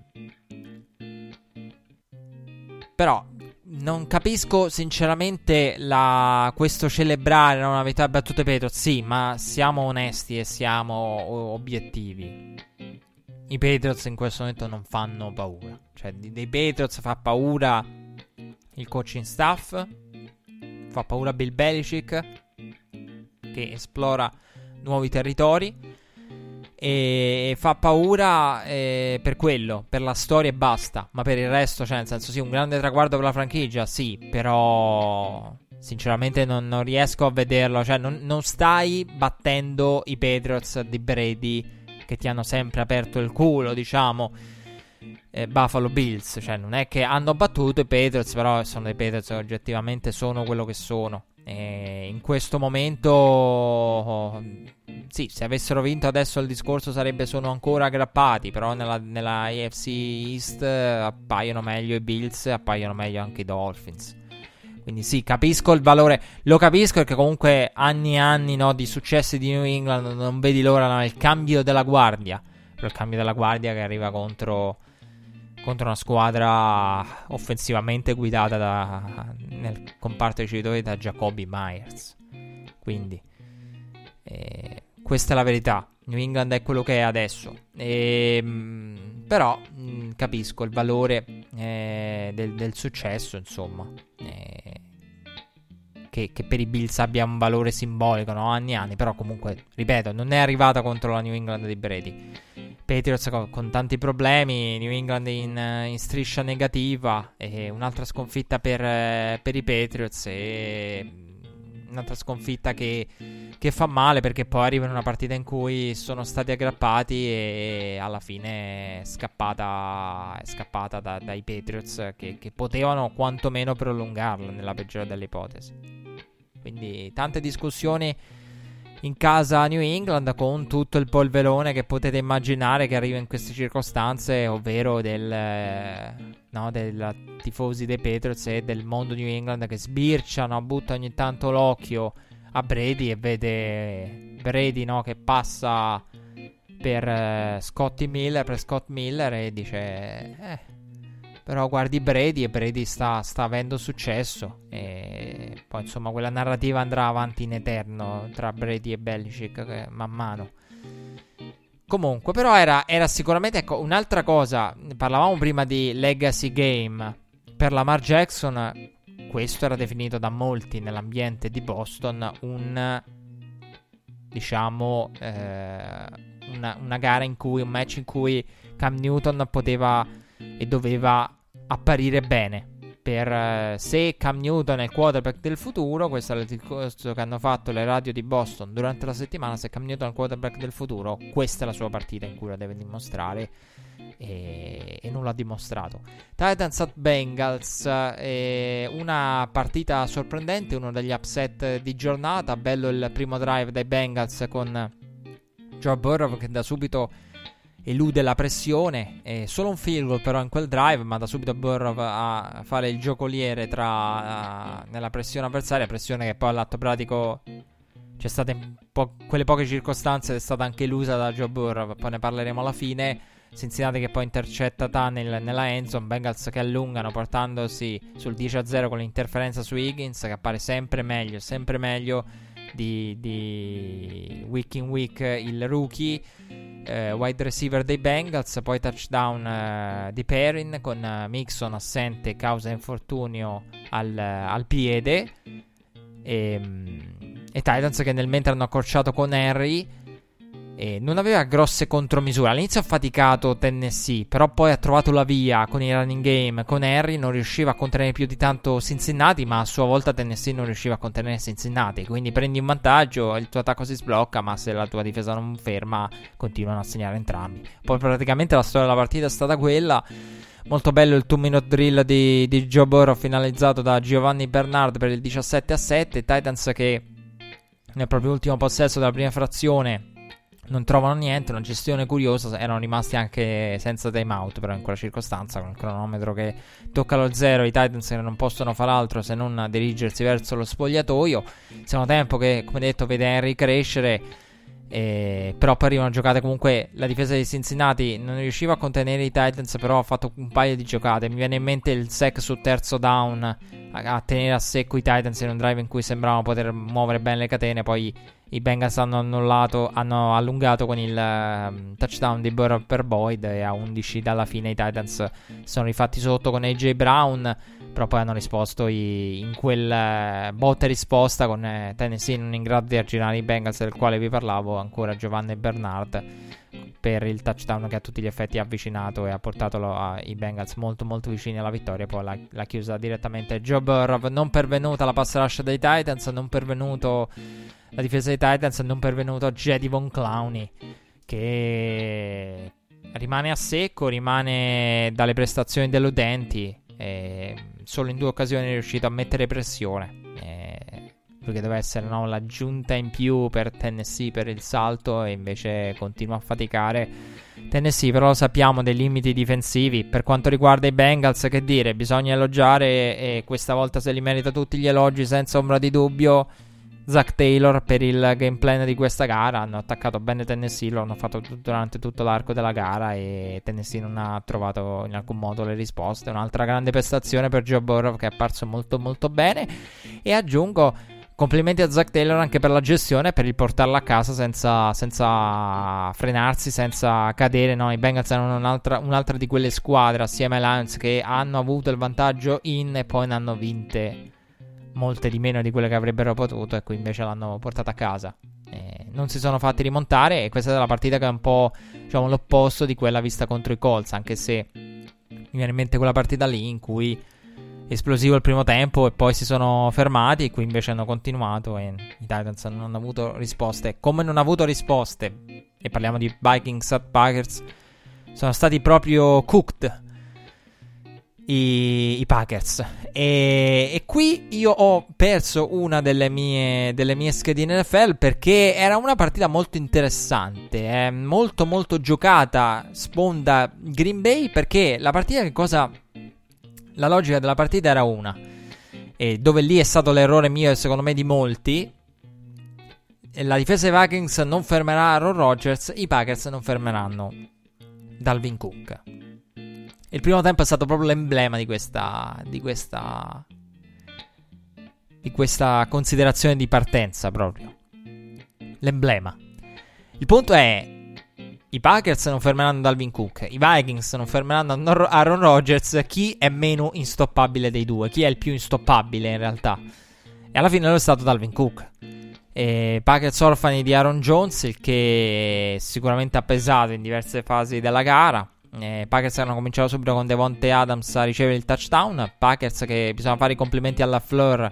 però non capisco sinceramente la, questo celebrare una vittoria battute Patriots. Sì, ma siamo onesti e siamo obiettivi. I Patriots in questo momento non fanno paura. Cioè, dei Patriots fa paura il coaching staff, fa paura Bill Belichick, che esplora nuovi territori, e fa paura eh, per quello, per la storia e basta. Ma per il resto, cioè nel senso, sì, un grande traguardo per la franchigia, sì, però sinceramente non, non riesco a vederlo. Cioè non, non stai battendo i Patriots di Brady, che ti hanno sempre aperto il culo, diciamo, eh, Buffalo Bills. Cioè non è che hanno battuto i Patriots, però sono dei Patriots che oggettivamente sono quello che sono. E in questo momento sì, se avessero vinto adesso il discorso sarebbe sono ancora aggrappati, però nella, nella A F C East appaiono meglio i Bills, appaiono meglio anche i Dolphins. Quindi sì, capisco il valore, lo capisco, perché comunque anni e anni, no, di successi di New England, non vedi l'ora, no, il cambio della guardia, però il cambio della guardia che arriva contro contro una squadra offensivamente guidata da, nel comparto dei ricevitori, da Jacoby Myers. Quindi eh, questa è la verità. New England è quello che è adesso, e, mh, però mh, capisco il valore eh, del, del successo, insomma, eh, che, che per i Bills abbia un valore simbolico, no? Anni e anni. Però comunque, ripeto, non è arrivata contro la New England di Brady. Patriots con, con tanti problemi, New England in, in striscia negativa, e un'altra sconfitta per, eh, per i Patriots, e un'altra sconfitta che, che fa male, perché poi arriva in una partita in cui sono stati aggrappati e alla fine è scappata, è scappata da, dai Patriots, che, che potevano quantomeno prolungarla nella peggiore delle ipotesi. Quindi tante discussioni in casa New England, con tutto il polverone che potete immaginare che arriva in queste circostanze, ovvero del, no, del tifosi dei Patriots e del mondo New England che sbirciano, butta ogni tanto l'occhio a Brady e vede Brady, no, che passa per uh, Scotty Miller, per Scott Miller, e dice eh, Però guardi Brady e Brady sta, sta avendo successo. E poi insomma quella narrativa andrà avanti in eterno tra Brady e Belichick, che, man mano. Comunque, però era, era sicuramente, ecco, un'altra cosa. Parlavamo prima di legacy game. Per Lamar Jackson, questo era definito da molti nell'ambiente di Boston un, diciamo, eh, una, una gara in cui, un match in cui Cam Newton poteva e doveva apparire bene. Per uh, se Cam Newton è il quarterback del futuro, questo è il discorso che hanno fatto le radio di Boston durante la settimana. Se Cam Newton è il quarterback del futuro, questa è la sua partita in cui la deve dimostrare, e, e non l'ha dimostrato. Titans at Bengals, eh, una partita sorprendente, uno degli upset di giornata. Bello il primo drive dai Bengals con Joe Burrow che da subito elude la pressione, eh, solo un field goal però in quel drive, ma da subito Burrow a fare il giocoliere tra uh, nella pressione avversaria, pressione che poi all'atto pratico c'è stata in po- quelle poche circostanze, è stata anche elusa da Joe Burrow, poi ne parleremo alla fine. Cincinnati che poi intercetta Tunnel nella endzone, Bengals che allungano portandosi sul dieci a zero con l'interferenza su Higgins, che appare sempre meglio, sempre meglio di, di week in week il rookie, eh, wide receiver dei Bengals. Poi touchdown eh, di Perrin con eh, Mixon assente causa infortunio al, al piede, e, e Titans che nel mentre hanno accorciato con Henry. E non aveva grosse contromisure. All'inizio ha faticato Tennessee, però poi ha trovato la via con i running game. Con Henry non riusciva a contenere più di tanto Cincinnati, ma a sua volta Tennessee non riusciva a contenere Cincinnati. Quindi prendi un vantaggio, il tuo attacco si sblocca, ma se la tua difesa non ferma continuano a segnare entrambi. Poi praticamente la storia della partita è stata quella. Molto bello il two minute drill di, di Joe Burrow finalizzato da Giovanni Bernard per il diciassette a sette. Titans che nel proprio ultimo possesso della prima frazione non trovano niente, una gestione curiosa, erano rimasti anche senza timeout però in quella circostanza, con il cronometro che tocca lo zero, i Titans che non possono far altro se non dirigersi verso lo spogliatoio. Secondo tempo che, come detto, vede Henry crescere, eh, però poi arrivano giocate comunque, la difesa di Cincinnati non riusciva a contenere i Titans, però ha fatto un paio di giocate. Mi viene in mente il sack su terzo down a, a tenere a secco i Titans in un drive in cui sembravano poter muovere bene le catene, poi i Bengals hanno annullato, hanno allungato con il uh, touchdown di Burrow per Boyd, e a undici dalla fine i Titans sono rifatti sotto con A J Brown, però poi hanno risposto i, in quel uh, botta e risposta con uh, Tennessee non in grado di aggirare i Bengals, del quale vi parlavo ancora, Giovanni Bernard, per il touchdown che a tutti gli effetti ha avvicinato e ha portato lo, uh, i Bengals molto molto vicini alla vittoria. Poi l'ha, l'ha chiusa direttamente Joe Burrow. Non pervenuta la pass rush dei Titans, non pervenuto la difesa dei Titans, non pervenuto Jadivon Clowney, che rimane a secco, rimane dalle prestazioni deludenti, e solo in due occasioni è riuscito a mettere pressione, e lui che deve essere, no, l'aggiunta in più per Tennessee per il salto, e invece continua a faticare Tennessee. Però lo sappiamo dei limiti difensivi. Per quanto riguarda i Bengals, che dire, bisogna elogiare, e questa volta se li merita tutti gli elogi senza ombra di dubbio, Zach Taylor per il game plan di questa gara. Hanno attaccato bene Tennessee, lo hanno fatto tutto, durante tutto l'arco della gara, e Tennessee non ha trovato in alcun modo le risposte. Un'altra grande prestazione per Joe Burrow, che è apparso molto molto bene, e aggiungo complimenti a Zach Taylor anche per la gestione, per il portarla a casa senza, senza frenarsi, senza cadere, no? I Bengals erano un'altra, un'altra di quelle squadre assieme ai Lions che hanno avuto il vantaggio in e poi ne hanno vinte molte di meno di quelle che avrebbero potuto, e qui invece l'hanno portata a casa. Eh, non si sono fatti rimontare, e questa è la partita che è un po', diciamo, l'opposto di quella vista contro i Colts, anche se mi viene in mente quella partita lì in cui esplosivo il primo tempo e poi si sono fermati, e qui invece hanno continuato, e i Titans non hanno avuto risposte. Come non ha avuto risposte, e parliamo di Vikings at Packers, sono stati proprio cooked I, i Packers, e, e qui io ho perso una delle mie, delle mie schedine N F L, perché era una partita molto interessante, eh, molto molto giocata, sponda Green Bay, perché la partita, che cosa, la logica della partita era una, e dove lì è stato l'errore mio e secondo me di molti: la difesa dei Vikings non fermerà Aaron Rodgers, i Packers non fermeranno Dalvin Cook. il primo tempo è stato proprio l'emblema di questa di questa di questa considerazione di partenza, proprio l'emblema. Il punto è: i Packers non fermeranno Dalvin Cook, i Vikings non fermeranno Aaron Rodgers. Chi è meno instoppabile dei due? Chi è il più instoppabile in realtà? E alla fine lo è stato Dalvin Cook. E Packers orfani di Aaron Jones, il che sicuramente ha pesato in diverse fasi della gara. E Packers hanno cominciato subito con Devontae Adams a ricevere il touchdown. Packers che bisogna fare i complimenti alla Fleur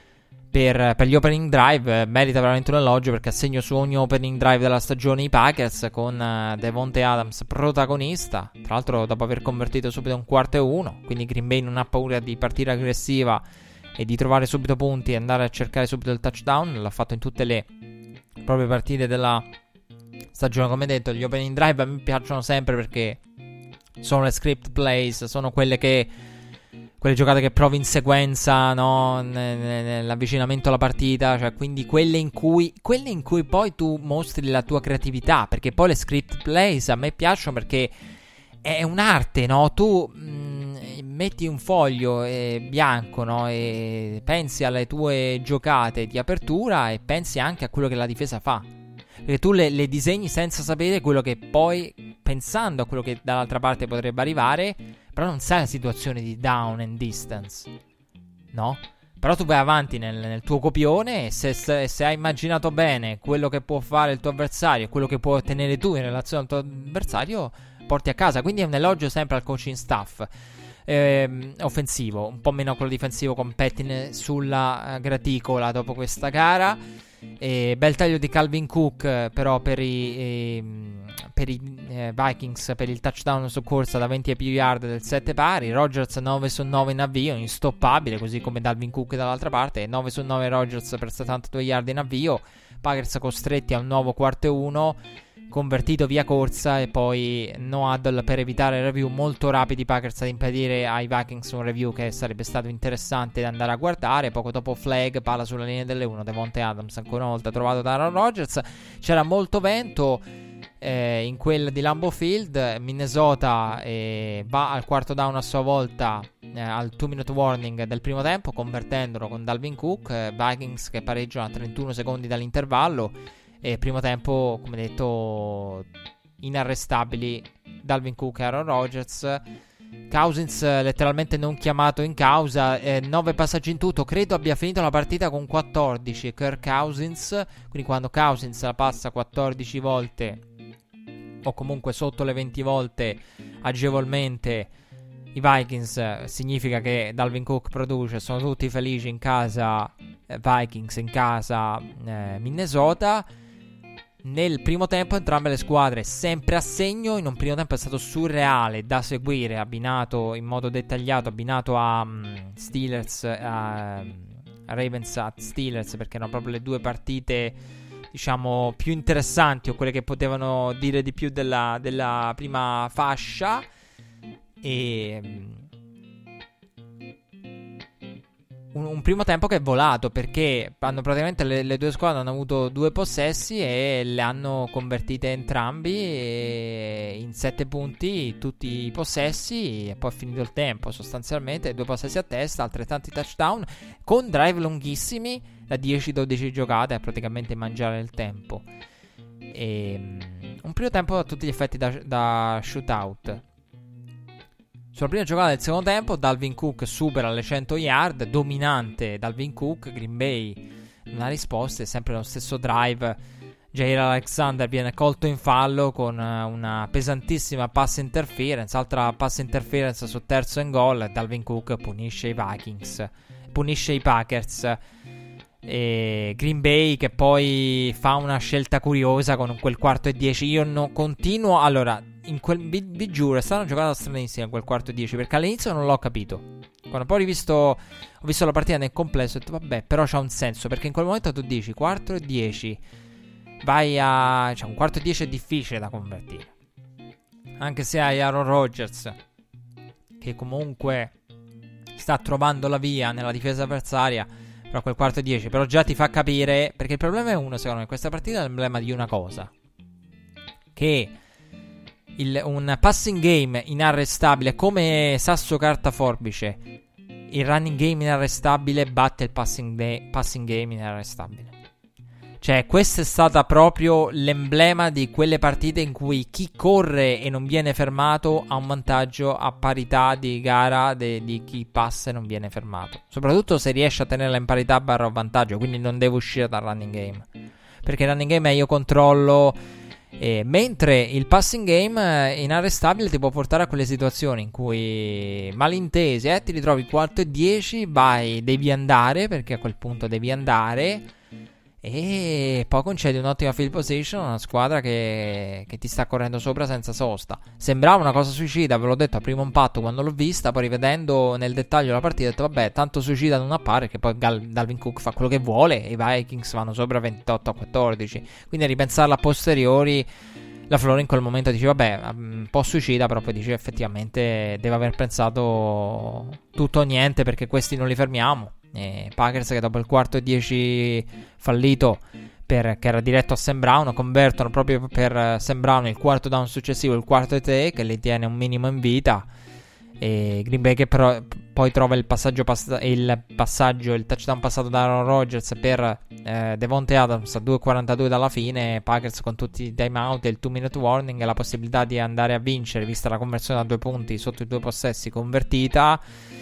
Per, per gli opening drive, merita veramente un elogio, perché assegno su ogni opening drive della stagione i Packers, con uh, Devontae Adams protagonista, tra l'altro dopo aver convertito subito un quarto e uno, quindi Green Bay non ha paura di partire aggressiva e di trovare subito punti e andare a cercare subito il touchdown. L'ha fatto in tutte le proprie partite della stagione. Come detto, gli opening drive a me piacciono sempre perché sono le script plays, sono quelle che quelle giocate che provi in sequenza, no? Nell'avvicinamento alla partita, cioè quindi quelle in cui quelle in cui poi tu mostri la tua creatività, perché poi le script plays a me piacciono perché è un'arte, no? Tu mh, metti un foglio eh, bianco, no? E pensi alle tue giocate di apertura e pensi anche a quello che la difesa fa, perché tu le, le disegni senza sapere quello che poi, pensando a quello che dall'altra parte potrebbe arrivare, però non sai la situazione di down and distance, no? Però tu vai avanti nel, nel tuo copione e se, se, se hai immaginato bene quello che può fare il tuo avversario e quello che puoi ottenere tu in relazione al tuo avversario, porti a casa. Quindi è un elogio sempre al coaching staff eh, offensivo, un po' meno quello difensivo con Pettin sulla uh, graticola dopo questa gara. E bel taglio di Calvin Cook eh, però per i, eh, per i eh, Vikings, per il touchdown su corsa da venti e più yard del sette pari. Rodgers nove su nove in avvio, instoppabile, così come Dalvin Cook dall'altra parte. Nove su nove Rodgers per settantadue yard in avvio. Packers costretti a un nuovo quarto e uno, convertito via corsa, e poi no huddle per evitare review molto rapidi Packers ad impedire ai Vikings un review che sarebbe stato interessante da andare a guardare. Poco dopo flag, palla sulla linea delle uno, Devontae Adams ancora una volta trovato da Aaron Rodgers. C'era molto vento eh, in quel di Lambeau Field. Minnesota eh, va al quarto down a sua volta eh, al two minute warning del primo tempo, convertendolo con Dalvin Cook. eh, Vikings che pareggiano a trentuno secondi dall'intervallo. E primo tempo, come detto, inarrestabili Dalvin Cook e Aaron Rodgers. Cousins letteralmente non chiamato in causa, eh, nove passaggi in tutto, credo abbia finito la partita con quattordici Kirk Cousins. Quindi quando Cousins la passa quattordici volte, o comunque sotto le venti volte agevolmente, i Vikings, significa che Dalvin Cook produce. Sono tutti felici in casa, eh, Vikings in casa, eh, Minnesota. Nel primo tempo entrambe le squadre sempre a segno. In un primo tempo è stato surreale da seguire, abbinato in modo dettagliato, abbinato a um, Steelers, a, a Ravens a Steelers, perché erano proprio le due partite, diciamo, più interessanti, o quelle che potevano dire di più della, della prima fascia. E Un, un primo tempo che è volato, perché hanno praticamente le, le due squadre hanno avuto due possessi e le hanno convertite entrambi e in sette punti tutti i possessi, e poi è finito il tempo sostanzialmente, due possessi a testa, altrettanti touchdown, con drive lunghissimi da dieci dodici giocate a praticamente mangiare il tempo. E un primo tempo a tutti gli effetti da, da shootout. Sulla prima giocata del secondo tempo Dalvin Cook supera le cento yard, dominante Dalvin Cook. Green Bay non ha risposte, è sempre lo stesso drive. Jair Alexander viene colto in fallo con una pesantissima pass interference, altra pass interference su terzo and goal. Dalvin Cook punisce i Vikings, punisce i Packers. E Green Bay che poi fa una scelta curiosa con quel quarto e dieci. Io non continuo, allora, in quel, vi, vi giuro, è stata una giocata stranissima quel quarto e dieci, perché all'inizio non l'ho capito. Quando poi ho rivisto, ho visto la partita nel complesso, ho detto vabbè, però c'ha un senso, perché in quel momento tu dici quarto e dieci, vai a, cioè un quarto e dieci è difficile da convertire, anche se hai Aaron Rodgers che comunque sta trovando la via nella difesa avversaria. Però quel quarto e dieci però già ti fa capire, perché il problema è uno, secondo me, questa partita è l'emblema di una cosa, che il, un passing game inarrestabile come sasso carta forbice, il running game inarrestabile batte il passing, de- passing game inarrestabile. Cioè, questa è stata proprio l'emblema di quelle partite in cui chi corre e non viene fermato ha un vantaggio a parità di gara de- di chi passa e non viene fermato. Soprattutto se riesce a tenerla in parità barra vantaggio, quindi non deve uscire dal running game. Perché il running game è io controllo, eh, mentre il passing game inarrestabile ti può portare a quelle situazioni in cui malintesi, eh, ti ritrovi quarto e dieci, vai, devi andare, perché a quel punto devi andare, e poi concedi un'ottima field position a una squadra che, che ti sta correndo sopra senza sosta. Sembrava una cosa suicida, ve l'ho detto a primo impatto quando l'ho vista. Poi rivedendo nel dettaglio la partita ho detto vabbè, tanto suicida non appare, che poi Gal- Dalvin Cook fa quello che vuole e i Vikings vanno sopra ventotto a quattordici. Quindi a ripensarla a posteriori, la Flora in quel momento dice vabbè, un po' suicida, però poi dice effettivamente deve aver pensato tutto o niente, perché questi non li fermiamo. E Packers che dopo il quarto e dieci fallito, per, che era diretto a Sam Brown, convertono proprio per Sam Brown il quarto down successivo, il quarto e tre, che li tiene un minimo in vita. E Green Bay che però poi trova il passaggio, pass- il passaggio il touchdown passato da Aaron Rodgers per eh, Devontae Adams a due e quarantadue dalla fine. Packers con tutti i timeout e il two minute warning e la possibilità di andare a vincere, vista la conversione a due punti sotto i due possessi convertita.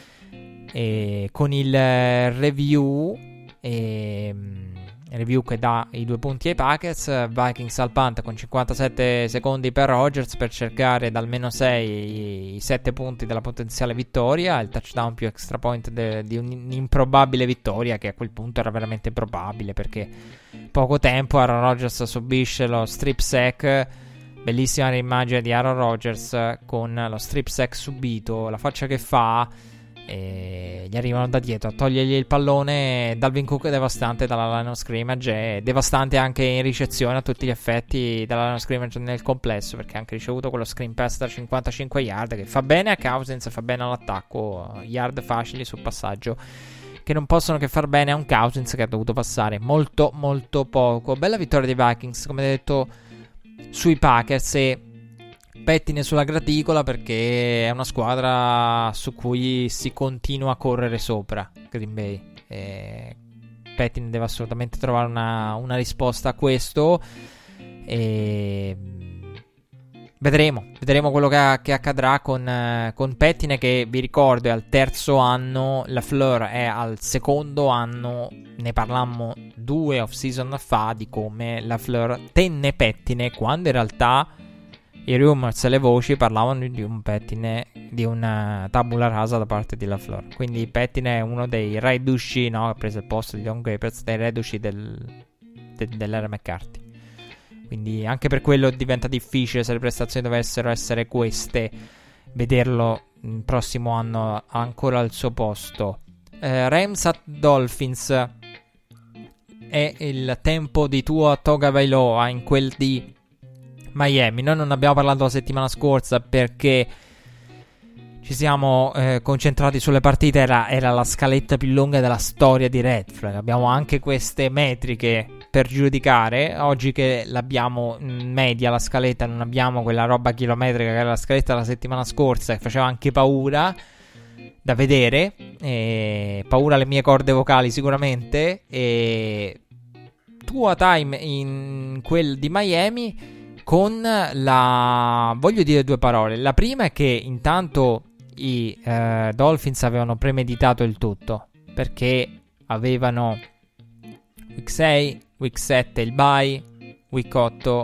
E con il review e, review che dà i due punti ai Packers, Vikings al punt con cinquantasette secondi per Rodgers per cercare dal meno sei i sette punti della potenziale vittoria, il touchdown più extra point de, di un'improbabile vittoria, che a quel punto era veramente probabile, perché poco tempo Aaron Rodgers subisce lo strip sack. Bellissima immagine di Aaron Rodgers con lo strip sack subito, la faccia che fa, e gli arrivano da dietro a togliergli il pallone. Dalvin Cook è devastante dalla line of scrimmage, è devastante anche in ricezione a tutti gli effetti dalla line of scrimmage nel complesso, perché ha anche ricevuto quello screen pass da cinquantacinque yard che fa bene a Cousins, fa bene all'attacco, yard facili sul passaggio che non possono che far bene a un Cousins che ha dovuto passare molto molto poco. Bella vittoria dei Vikings, come detto, sui Packers, e pettine sulla graticola, perché è una squadra su cui si continua a correre sopra Green Bay. E pettine deve assolutamente trovare una, una risposta a questo, e vedremo vedremo quello che, che accadrà con, con Pettine, che vi ricordo è al terzo anno, la Fleur è al secondo anno. Ne parlammo due off season fa di come la Fleur tenne Pettine, quando in realtà i rumors e le voci parlavano di un pettine, di una tabula rasa da parte di LaFleur. Quindi Pettine è uno dei reduci, no? Ha preso il posto di Don Capers, dei reduci del, de, dell'era McCarthy. Quindi anche per quello diventa difficile, se le prestazioni dovessero essere queste, vederlo il prossimo anno ancora al suo posto. eh, Rams at Dolphins. È il tempo di Tua Tagovailoa in quel di Miami. Noi non abbiamo parlato la settimana scorsa perché ci siamo eh, concentrati sulle partite. Era, era la scaletta più lunga della storia di Red Flag. Abbiamo anche queste metriche per giudicare. Oggi che l'abbiamo in media la scaletta, non abbiamo quella roba chilometrica che era la scaletta della settimana scorsa, che faceva anche paura da vedere, e paura alle mie corde vocali sicuramente. E Tua time in quel di Miami con la... voglio dire due parole. La prima è che intanto i eh, Dolphins avevano premeditato il tutto, perché avevano week sei, week sette il bye, week otto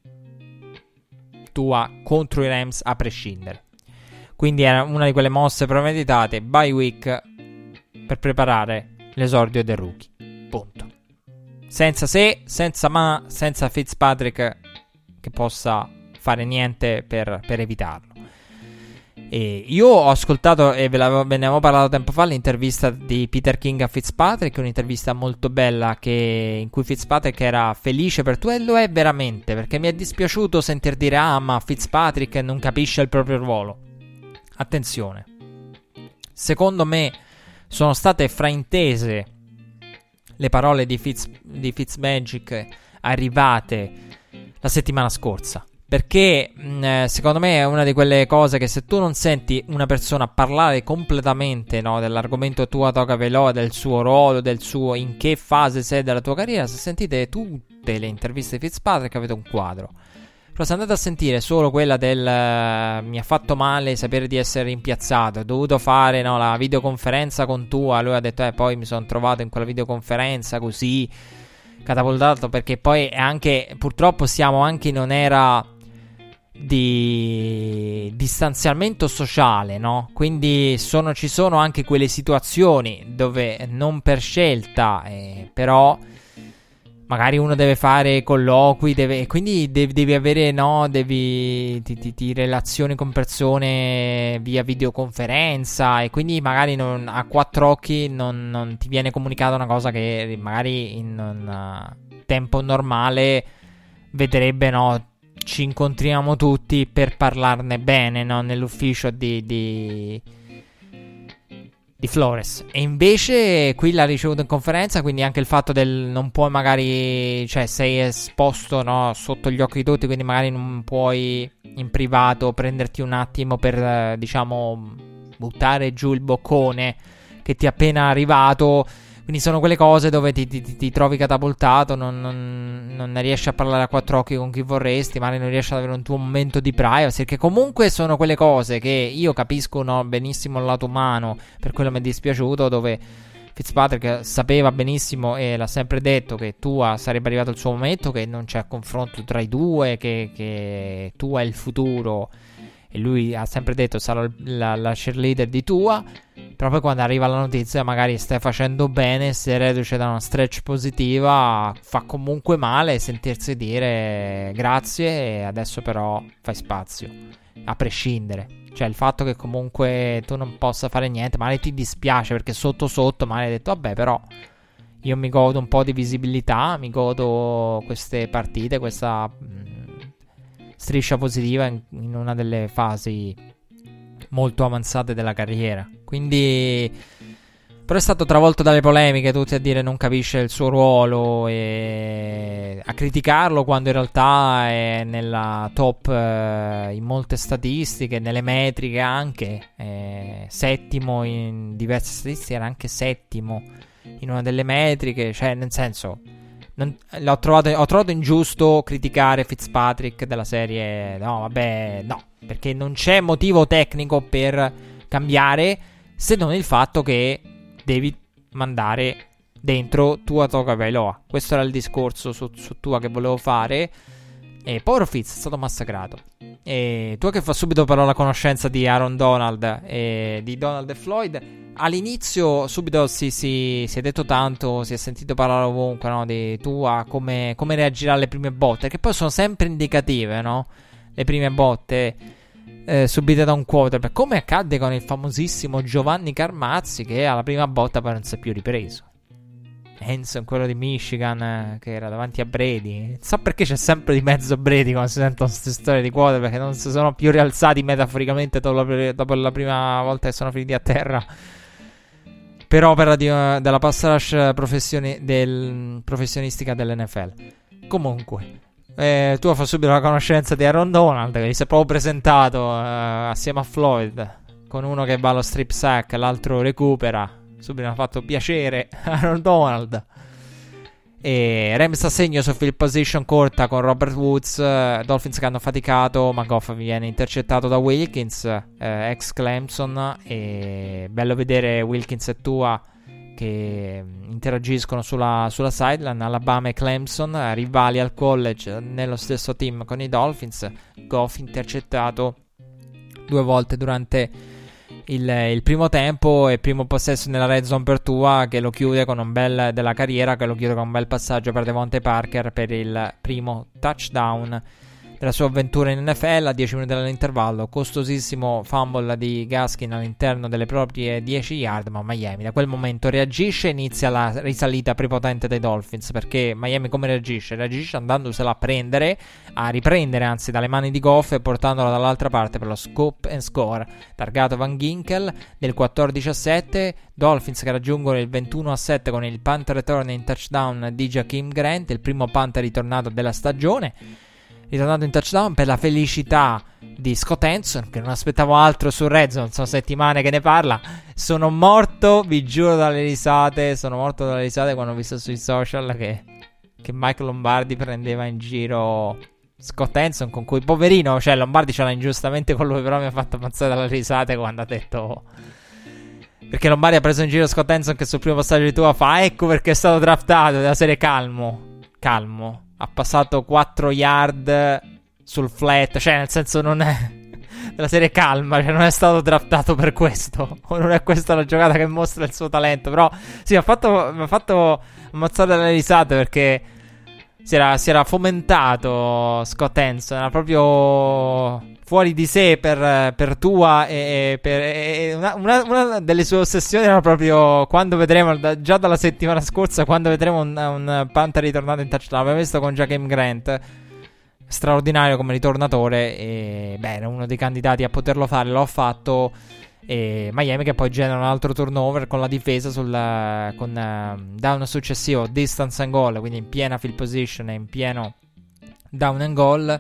Tua contro i Rams a prescindere. Quindi era una di quelle mosse premeditate, bye week per preparare l'esordio del rookie, punto. Senza se, senza ma, senza Fitzpatrick che possa fare niente per, per evitarlo. E io ho ascoltato, e ve, ve ne avevo parlato tempo fa, l'intervista di Peter King a Fitzpatrick, un'intervista molto bella che, in cui Fitzpatrick era felice per Tua, e lo è veramente, perché mi è dispiaciuto sentir dire ah ma Fitzpatrick non capisce il proprio ruolo. Attenzione, secondo me sono state fraintese le parole di, Fitz, di Fitzmagic arrivate la settimana scorsa, Perché mh, secondo me è una di quelle cose che se tu non senti una persona parlare completamente, no, dell'argomento Tua Tagovailoa, del suo ruolo, del suo in che fase sei della tua carriera, se sentite tutte le interviste di Fitzpatrick avete un quadro. Però se andate a sentire solo quella del uh, mi ha fatto male sapere di essere rimpiazzato, ho dovuto fare, no, la videoconferenza con Tua, lui ha detto eh poi mi sono trovato in quella videoconferenza così catapultato, perché poi è anche, purtroppo siamo anche in un'era di distanziamento sociale, no? Quindi sono, ci sono anche quelle situazioni dove non per scelta, eh, però magari uno deve fare colloqui, deve, quindi devi, devi avere, no? Devi ti, ti, ti relazioni con persone via videoconferenza e quindi magari non, a quattro occhi non, non ti viene comunicata una cosa che magari in un uh, tempo normale vedrebbe, no? Ci incontriamo tutti per parlarne bene, no? Nell'ufficio di, di, di Flores. E invece qui l'ha ricevuto in conferenza, quindi anche il fatto del non puoi magari, cioè sei esposto, no, sotto gli occhi di tutti, quindi magari non puoi in privato prenderti un attimo per, diciamo, buttare giù il boccone che ti è appena arrivato. Quindi sono quelle cose dove ti, ti, ti trovi catapultato, non, non, non riesci a parlare a quattro occhi con chi vorresti, magari non riesci ad avere un tuo momento di privacy, perché comunque sono quelle cose che io capisco, no, benissimo il lato umano, per quello mi è dispiaciuto, dove Fitzpatrick sapeva benissimo e l'ha sempre detto che Tua sarebbe arrivato il suo momento, che non c'è confronto tra i due, che, che Tua è il futuro. E lui ha sempre detto sarò la, la cheerleader di Tua. Però poi quando arriva la notizia magari stai facendo bene, sei reduce da una stretch positiva, fa comunque male sentirsi dire grazie e adesso però fai spazio, a prescindere. Cioè il fatto che comunque tu non possa fare niente, magari ti dispiace perché sotto sotto magari hai detto vabbè però io mi godo un po' di visibilità, mi godo queste partite, questa mh, striscia positiva in, in una delle fasi molto avanzate della carriera. Quindi però è stato travolto dalle polemiche, tutti a dire non capisce il suo ruolo e a criticarlo quando in realtà è nella top eh, in molte statistiche, nelle metriche anche, eh, settimo in diverse statistiche, era anche settimo in una delle metriche, cioè nel senso non, l'ho trovato, ho trovato ingiusto criticare Fitzpatrick della serie no vabbè no, perché non c'è motivo tecnico per cambiare se non il fatto che devi mandare dentro Tua Tagovailoa. Questo era il discorso su, su Tua che volevo fare. E povero Fitz è stato massacrato. E Tua che fa subito però la conoscenza di Aaron Donald e di Donald e Floyd. All'inizio subito si, si, si è detto tanto, si è sentito parlare ovunque, no, di Tua, come, come reagirà alle prime botte, che poi sono sempre indicative, no? Le prime botte eh, subite da un quarterback, come accadde con il famosissimo Giovanni Carmazzi, che alla prima botta poi non si è più ripreso. Hanson, quello di Michigan, eh, che era davanti a Brady. Non so perché c'è sempre di mezzo Brady quando si sentono queste storie di quarterback che non si sono più rialzati metaforicamente dopo la, dopo la prima volta che sono finiti a terra per opera di, uh, della pass rush professioni, del, professionistica dell'N F L. Comunque eh, tu fa subito la conoscenza di Aaron Donald, che gli si è proprio presentato uh, assieme a Floyd, con uno che va allo strip sack, l'altro recupera. Subito mi ha fatto piacere Aaron Donald. E Rams a segno su field position corta con Robert Woods. uh, Dolphins che hanno faticato, ma Goff viene intercettato da Wilkins, uh, ex Clemson. E bello vedere Wilkins e Tua che interagiscono sulla, sulla sideline. Alabama e Clemson, rivali al college nello stesso team con i Dolphins. Goff intercettato due volte durante Il, il primo tempo e primo possesso nella red zone per Tua, che lo chiude con un bel della carriera, che lo chiude con un bel passaggio per Devontae Parker per il primo touchdown della sua avventura in N F L a dieci minuti dall'intervallo. Costosissimo fumble di Gaskin all'interno delle proprie dieci yard, ma Miami da quel momento reagisce e inizia la risalita prepotente dei Dolphins, perché Miami come reagisce? Reagisce andandosela a prendere, a riprendere anzi dalle mani di Goff e portandola dall'altra parte per lo scoop and score targato Van Ginkel del quattordici a sette. Dolphins che raggiungono il ventuno a sette con il punt return in touchdown di Jakeem Grant, il primo punt ritornato della stagione. ritornato in touchdown, per la felicità di Scott Hanson, che non aspettavo altro su Red Zone, sono settimane che ne parla. Sono morto, vi giuro, dalle risate. Sono morto dalle risate quando ho visto sui social che, che Mike Lombardi prendeva in giro Scott Hanson, con cui, poverino, cioè Lombardi ce l'ha ingiustamente con lui, però mi ha fatto ammazzare dalle risate quando ha detto, perché Lombardi ha preso in giro Scott Hanson, che sul primo passaggio di tua fa ecco perché è stato draftato, della serie calmo, calmo, ha passato quattro yard sul flat, cioè nel senso non è della serie calma, cioè non è stato draftato per questo, o non è questa la giocata che mostra il suo talento. Però sì, mi ha fatto, mi ha fatto ammazzare dalle risate, perché si era, si era fomentato Scott Hanson, era proprio fuori di sé per, per Tua, e, per, e una, una, una delle sue ossessioni era proprio quando vedremo, da, già dalla settimana scorsa, quando vedremo un, un Panther ritornato in touchdown. L'abbiamo visto con Jakeem Grant, straordinario come ritornatore, e beh, era uno dei candidati a poterlo fare, l'ho fatto. E Miami che poi genera un altro turnover con la difesa sul, con uh, down successivo, distance and goal, quindi in piena field position e in pieno down and goal,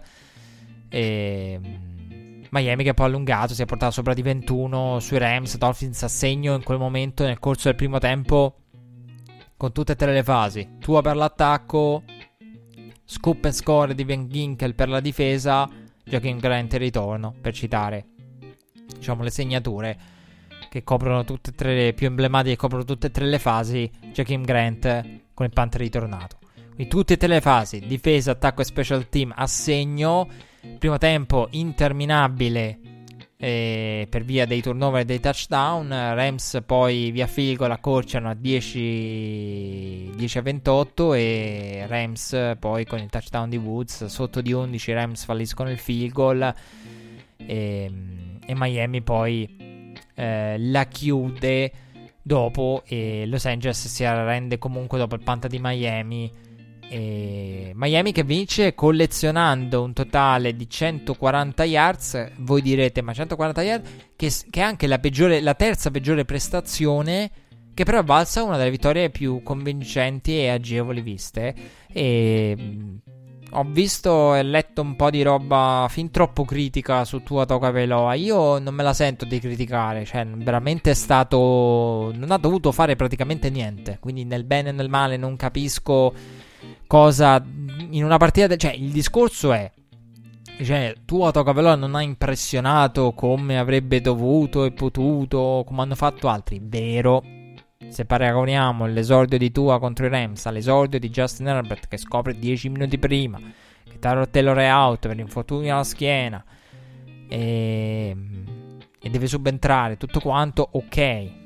e Miami che poi ha allungato, si è portato sopra di ventuno sui Rams. Dolphins a segno in quel momento nel corso del primo tempo con tutte e tre le fasi: Tua per l'attacco, scoop and score di Van Ginkel per la difesa, Jakeem Grant in ritorno, per citare, diciamo, le segnature che coprono tutte e tre, le più emblematiche, che coprono tutte e tre le fasi. Jakeem Grant con il Panther ritornato, quindi tutte e tre le fasi: difesa, attacco e special team a segno. Primo tempo interminabile eh, per via dei turnover e dei touchdown. Rams poi via field goal accorciano a dieci a ventotto, e Rams poi con il touchdown di Woods sotto di undici, Rams falliscono il field goal, e, e Miami poi eh, la chiude dopo, e Los Angeles si arrende comunque dopo il punt di Miami. E Miami che vince collezionando un totale di centoquaranta yards. Voi direte, ma centoquaranta yards, che, che è anche la peggiore, la terza peggiore prestazione, che però è valsa una delle vittorie più convincenti e agevoli viste. E mh, ho visto e letto un po' di roba fin troppo critica su Tua Tagovailoa. Io non me la sento di criticare, cioè veramente è stato, non ha dovuto fare praticamente niente, quindi nel bene e nel male non capisco cosa in una partita de- cioè il discorso è, cioè, Tua Tagovailoa non ha impressionato come avrebbe dovuto e potuto, come hanno fatto altri, vero? Se paragoniamo l'esordio di Tua contro i Rams all'esordio di Justin Herbert, che scopre dieci minuti prima che Tyrod Taylor è out per infortunio alla schiena e, e deve subentrare, tutto quanto, ok,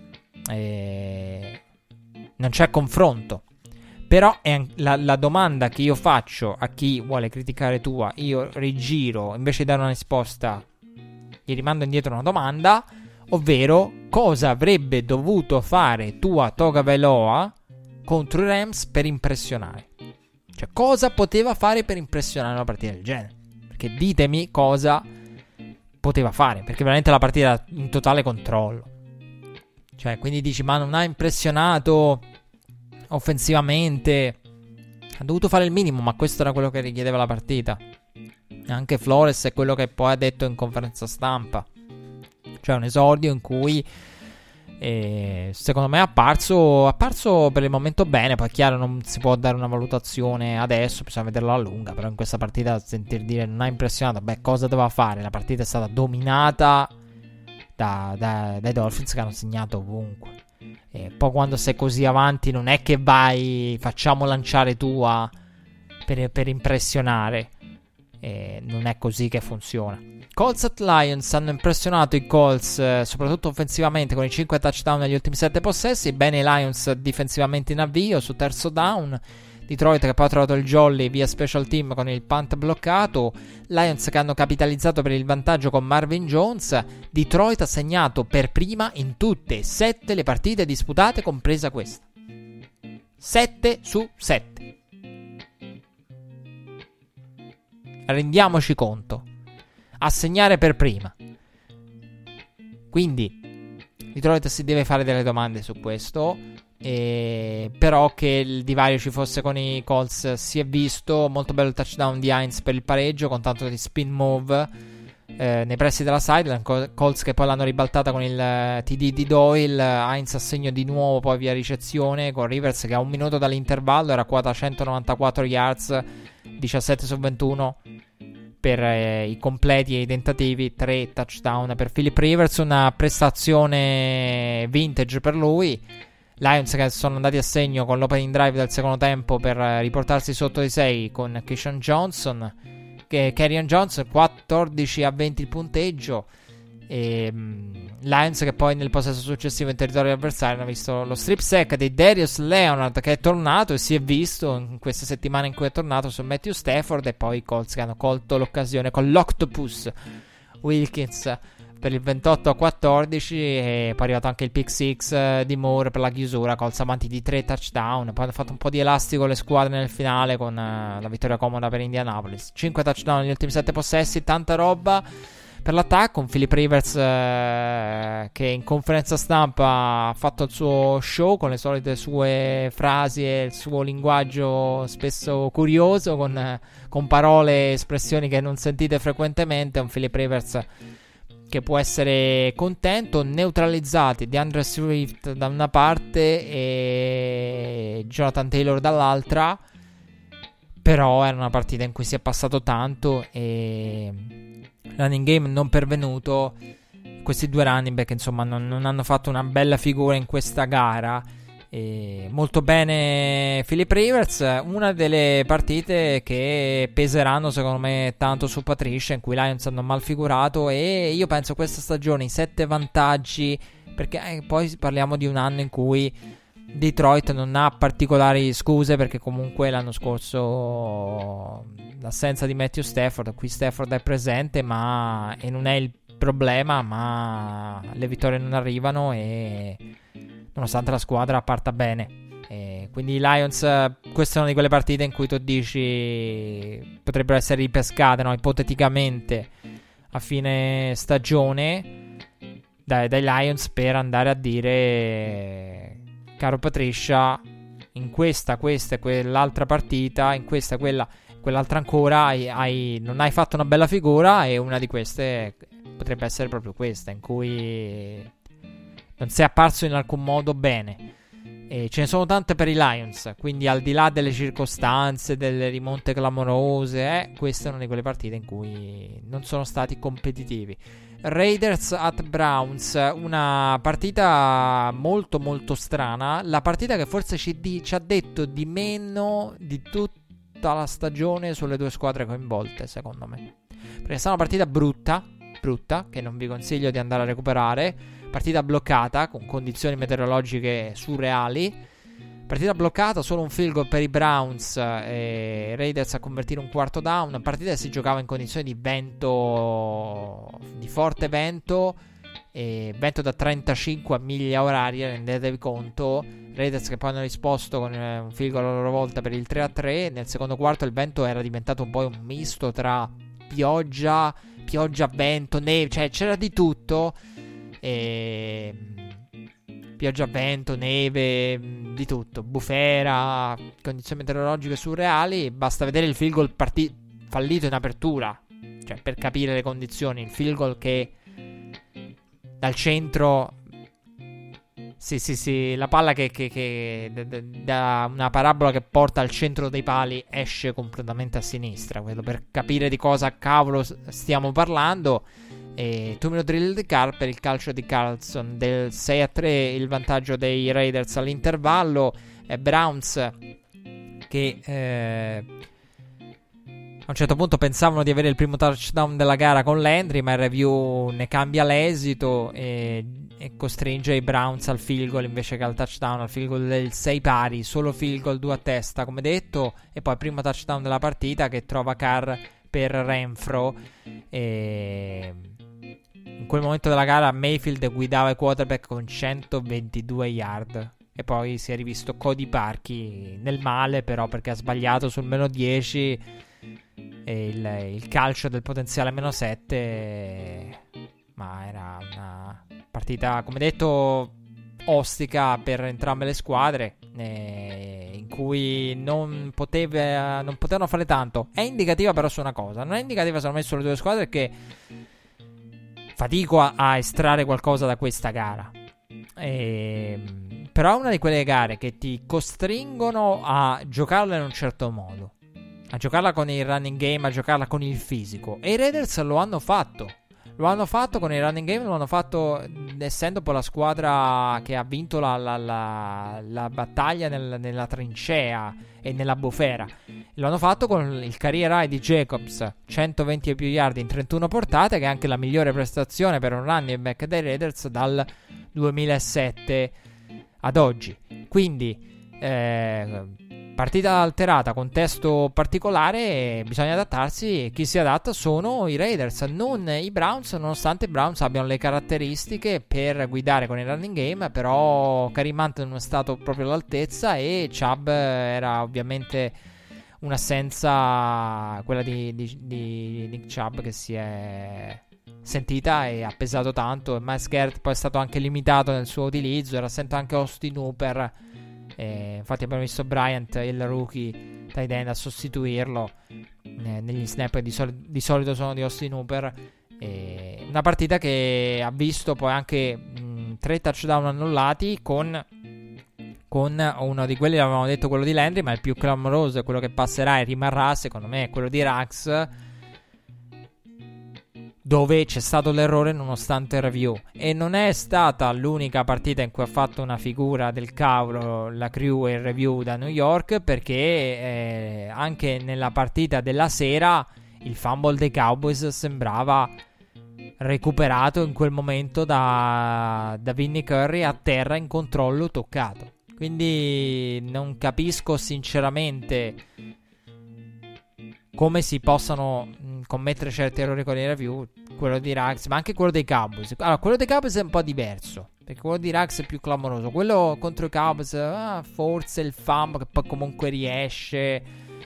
e non c'è confronto. Però è la, la domanda che io faccio a chi vuole criticare Tua, io rigiro, invece di dare una risposta, gli rimando indietro una domanda, ovvero cosa avrebbe dovuto fare Tua Tagovailoa contro i Rams per impressionare? Cioè, cosa poteva fare per impressionare una partita del genere? Perché ditemi cosa poteva fare, perché veramente la partita era in totale controllo. Cioè, quindi dici, ma non ha impressionato offensivamente, ha dovuto fare il minimo, ma questo era quello che richiedeva la partita. Anche Flores è quello che poi ha detto in conferenza stampa, cioè un esordio in cui eh, secondo me è apparso, apparso per il momento bene. Poi è chiaro, non si può dare una valutazione adesso, bisogna vederlo alla lunga, però in questa partita sentir dire non ha impressionato, beh, cosa doveva fare? La partita è stata dominata da, da, dai Dolphins, che hanno segnato ovunque. E poi quando sei così avanti non è che vai, facciamo lanciare Tua per, per impressionare, e non è così che funziona. Colts at Lions, hanno impressionato i Colts eh, soprattutto offensivamente con i cinque touchdown negli ultimi sette possessi. Bene i Lions difensivamente in avvio su terzo down. Detroit che poi ha trovato il jolly via special team con il punt bloccato. Lions che hanno capitalizzato per il vantaggio con Marvin Jones. Detroit ha segnato per prima in tutte e sette le partite disputate, compresa questa. sette su sette. Rendiamoci conto. A segnare per prima. Quindi Detroit si deve fare delle domande su questo. E però che il divario ci fosse con i Colts si è visto. Molto bello il touchdown di Hines per il pareggio con tanto di spin move eh, nei pressi della sideline. Colts che poi l'hanno ribaltata con il eh, T D di Doyle. Hines a segno di nuovo poi via ricezione, con Rivers che a un minuto dall'intervallo era quota centonovantaquattro yards, diciassette su ventuno per eh, i completi e i tentativi, tre touchdown per Philip Rivers. Una prestazione vintage per lui. Lions che sono andati a segno con l'opening drive del secondo tempo per eh, riportarsi sotto di sei con Keyshawn Johnson, che Kerryon Johnson quattordici a venti il punteggio. E um, Lions che poi nel possesso successivo in territorio avversario hanno visto lo strip sack di Darius Leonard, che è tornato e si è visto in queste settimane in cui è tornato su Matthew Stafford. E poi i Colts che hanno colto l'occasione con l'Octopus Wilkins per il ventotto a quattordici. E poi è arrivato anche il pick six eh, di Moore per la chiusura, Colts avanti di tre touchdown. Poi hanno fatto un po' di elastico le squadre nel finale con eh, la vittoria comoda per Indianapolis. cinque touchdown negli ultimi sette possessi, tanta roba per l'attacco. Un Philip Rivers eh, che in conferenza stampa ha fatto il suo show con le solite sue frasi e il suo linguaggio spesso curioso, con, eh, con parole e espressioni che non sentite frequentemente. Un Philip Rivers che può essere contento. Neutralizzati DeAndre Swift da una parte e Jonathan Taylor dall'altra, però era una partita in cui si è passato tanto e running game non pervenuto. Questi due running back insomma non, non hanno fatto una bella figura in questa gara. E molto bene Philip Rivers. Una delle partite che peseranno secondo me tanto su Patricia, in cui i Lions hanno mal figurato. E io penso questa stagione i sette vantaggi, perché eh, poi parliamo di un anno in cui Detroit non ha particolari scuse, perché comunque l'anno scorso l'assenza di Matthew Stafford, qui Stafford è presente ma e non è il problema, ma le vittorie non arrivano e nonostante la squadra parta bene. E quindi i Lions, questa è una di quelle partite in cui tu dici potrebbero essere ripescate, no? Ipoteticamente a fine stagione dai, dai Lions, per andare a dire: caro Patricia, in questa, questa e quell'altra partita, in questa, quella, quell'altra ancora hai, hai, non hai fatto una bella figura, e una di queste potrebbe essere proprio questa, in cui non sei apparso in alcun modo bene. E ce ne sono tante per i Lions, quindi al di là delle circostanze, delle rimonte clamorose, eh, questa è una di quelle partite in cui non sono stati competitivi. Raiders at Browns, una partita molto molto strana, la partita che forse ci, di, ci ha detto di meno di tutta la stagione sulle due squadre coinvolte, secondo me, perché è stata una partita brutta, brutta, che non vi consiglio di andare a recuperare. Partita bloccata con condizioni meteorologiche surreali. Partita bloccata, solo un field goal per i Browns e Raiders a convertire un quarto down. Una partita che si giocava in condizioni di vento, di forte vento, e vento da trentacinque a miglia orarie, rendetevi conto. Raiders che poi hanno risposto con un field goal a loro volta per il tre a tre. Nel secondo quarto il vento era diventato un po' un misto tra pioggia, pioggia, vento, neve, cioè c'era di tutto. E pioggia, vento, neve, di tutto, bufera, condizioni meteorologiche surreali. Basta vedere il field goal parti- fallito in apertura, cioè per capire le condizioni. Il field goal che dal centro, sì sì sì, la palla che, che, che da, da una parabola che porta al centro dei pali esce completamente a sinistra. Quello per capire di cosa cavolo stiamo parlando. E two minute drill di Carr per il calcio di Carlson del sei a tre, il vantaggio dei Raiders all'intervallo. E Browns che eh, a un certo punto pensavano di avere il primo touchdown della gara con Landry, ma il review ne cambia l'esito e, e costringe i Browns al field goal invece che al touchdown, al field goal del sei pari, solo field goal due a testa come detto. E poi primo touchdown della partita che trova Carr per Renfro. E in quel momento della gara Mayfield guidava il quarterback con centoventidue yard. E poi si è rivisto Cody Parkey nel male, però, perché ha sbagliato sul meno dieci e il, il calcio del potenziale meno sette. Ma era una partita, come detto, ostica per entrambe le squadre, eh, in cui non, poteva, non potevano fare tanto. È indicativa però su una cosa, non è indicativa secondo me sulle due squadre, perché fatico a, a estrarre qualcosa da questa gara. E, però è una di quelle gare che ti costringono a giocarla in un certo modo, a giocarla con il running game, a giocarla con il fisico, e i Raiders lo hanno fatto. Lo hanno fatto con il running game, lo hanno fatto essendo poi la squadra che ha vinto la, la, la, la battaglia nel, nella trincea e nella bufera. Lo hanno fatto con il career high di Jacobs, centoventi e più yard in trentuno portate, che è anche la migliore prestazione per un running back dei Raiders dal duemilasette ad oggi. Quindi eh, partita alterata, contesto particolare, bisogna adattarsi, e chi si adatta sono i Raiders, non i Browns, nonostante i Browns abbiano le caratteristiche per guidare con il running game. Però Kareem Hunt non è stato proprio all'altezza, e Chubb era ovviamente un'assenza, quella di, di, di Nick Chubb, che si è sentita e ha pesato tanto. E Myles Garrett poi è stato anche limitato nel suo utilizzo, era assente anche Austin Hooper. Eh, infatti abbiamo visto Bryant, il rookie tight end, a sostituirlo eh, negli snap che di, soli- di solito sono di Austin Hooper. Eh, una partita che ha visto poi anche mh, tre touchdown annullati, con, con uno di quelli, l'avevamo detto, quello di Landry, ma il più clamoroso, è quello che passerà e rimarrà secondo me, è quello di Ruggs, dove c'è stato l'errore nonostante il review. E non è stata l'unica partita in cui ha fatto una figura del cavolo la crew e il review da New York, perché eh, anche nella partita della sera il fumble dei Cowboys sembrava recuperato in quel momento da, da Vinny Curry a terra in controllo toccato. Quindi non capisco sinceramente come si possano mh, commettere certi errori con i review. Quello di Ruggs, ma anche quello dei Cowboys. Allora, quello dei Cowboys è un po' diverso, perché quello di Ruggs è più clamoroso. Quello contro i Cowboys, ah, forse il fumble, che poi comunque riesce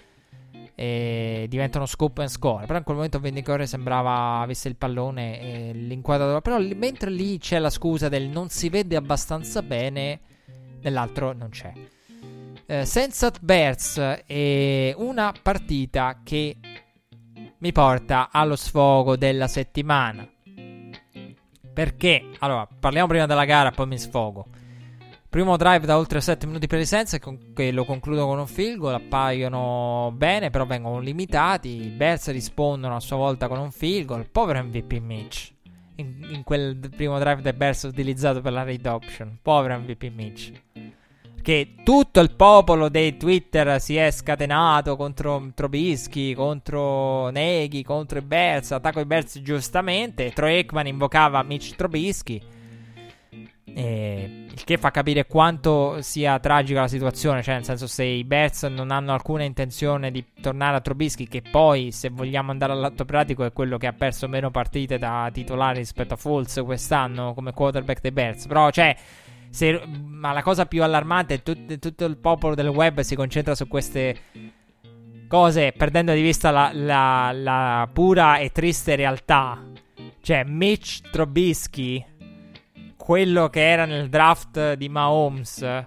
e diventa uno scoop and score. Però in quel momento Vinny Curry sembrava avesse il pallone e l'inquadratura. Però li, mentre lì c'è la scusa del non si vede abbastanza bene, nell'altro non c'è. eh, Saints at Bears è una partita che mi porta allo sfogo della settimana. Perché? Allora, parliamo prima della gara, poi mi sfogo. Primo drive da oltre sette minuti per i Saints, che lo concludono con un field goal. Appaiono bene, però vengono limitati. I Bears rispondono a sua volta con un field goal. Povero M V P Mitch, in, in quel primo drive dei Bears utilizzato per la read option. Povero M V P Mitch, che tutto il popolo dei Twitter si è scatenato contro Trubisky, contro Nagy, contro i Bears, attacco i Bears giustamente. Troy Aikman invocava Mitch Trubisky, eh, il che fa capire quanto sia tragica la situazione. Cioè, nel senso, se i Bears non hanno alcuna intenzione di tornare a Trubisky, che poi, se vogliamo andare all'atto pratico, è quello che ha perso meno partite da titolare rispetto a Foles quest'anno come quarterback dei Bears. Però, cioè, Se, ma la cosa più allarmante è che tutto il popolo del web si concentra su queste cose, perdendo di vista la, la, la pura e triste realtà. Cioè, Mitch Trubisky, quello che era nel draft di Mahomes,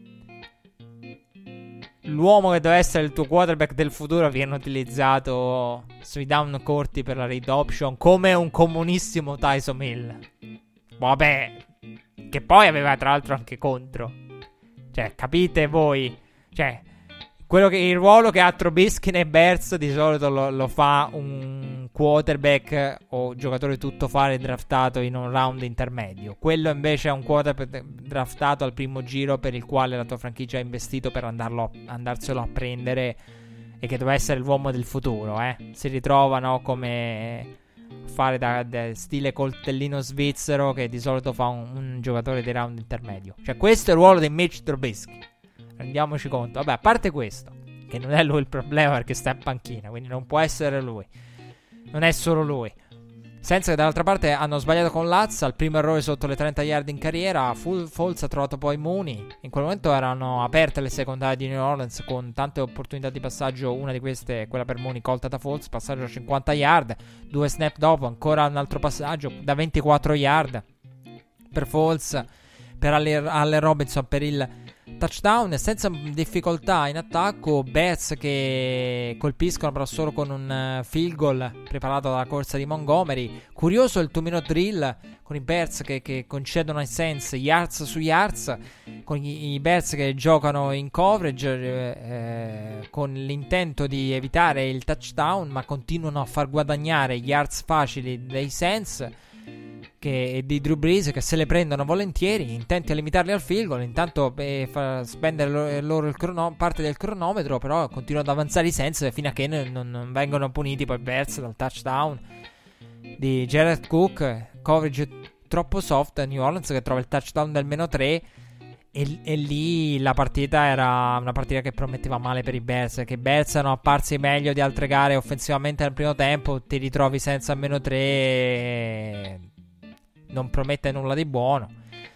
l'uomo che deve essere il tuo quarterback del futuro, viene utilizzato sui down corti per la read option come un comunissimo Tyson Hill. Vabbè, che poi aveva tra l'altro anche contro. Cioè, capite voi? Cioè, quello che, il ruolo che ha Trubisky nei Bears di solito lo, lo fa un quarterback o giocatore tuttofare draftato in un round intermedio. Quello invece è un quarterback draftato al primo giro, per il quale la tua franchigia ha investito per andarlo, andarselo a prendere, e che doveva essere l'uomo del futuro, eh. Si ritrovano come fare da, da stile coltellino svizzero, che di solito fa un, un giocatore di round intermedio. Cioè, questo è il ruolo di Mitch Trubisky, rendiamoci conto. Vabbè, a parte questo, che non è lui il problema, perché sta in panchina, quindi non può essere lui, non è solo lui. Senza che dall'altra parte hanno sbagliato con Laz al primo errore sotto le trenta yard in carriera. Full Foles ha trovato poi Mooney. In quel momento erano aperte le secondarie di New Orleans con tante opportunità di passaggio. Una di queste è quella per Mooney, colta da Foles, passaggio a cinquanta yard. Due snap dopo ancora un altro passaggio da ventiquattro yard per Foles. per Allen, Allen Robinson per il touchdown, senza difficoltà in attacco. Bears che colpiscono però solo con un uh, field goal preparato dalla corsa di Montgomery. Curioso il two minute drill con i Bears che, che concedono ai Saints yards su yards, con i, i Bears che giocano in coverage eh, eh, con l'intento di evitare il touchdown, ma continuano a far guadagnare yards facili dei Saints che, di Drew Brees, che se le prendono volentieri, intenti a limitarli al field goal, intanto eh, fa spendere loro, loro il crono, parte del cronometro, però continuano ad avanzare i Saints fino a che non, non vengono puniti poi Bears dal touchdown di Jared Cook. Coverage troppo soft, New Orleans che trova il touchdown del meno tre, e, e lì la partita era una partita che prometteva male per i Bears, che i Bears erano apparsi meglio di altre gare offensivamente nel primo tempo. Ti ritrovi senza meno tre, non promette nulla di buono,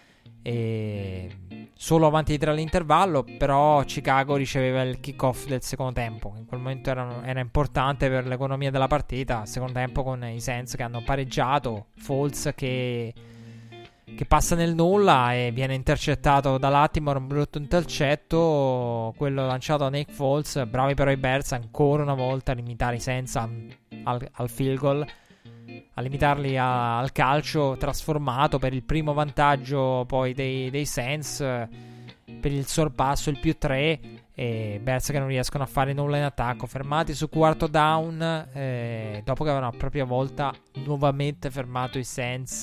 e solo avanti di tre all'intervallo. Però Chicago riceveva il kickoff del secondo tempo, in quel momento era, era importante per l'economia della partita. Secondo tempo con i Saints che hanno pareggiato, Foles che, che passa nel nulla e viene intercettato da Lattimore, un brutto intercetto, quello lanciato da Nick Foles. Bravi però i Bears ancora una volta a limitare i Saints al, al field goal, a limitarli a, al calcio trasformato, per il primo vantaggio poi dei, dei Saints, per il sorpasso, il più tre, e Bears che non riescono a fare nulla in attacco, fermati su quarto down, eh, dopo che avevano a propria volta nuovamente fermato i Saints.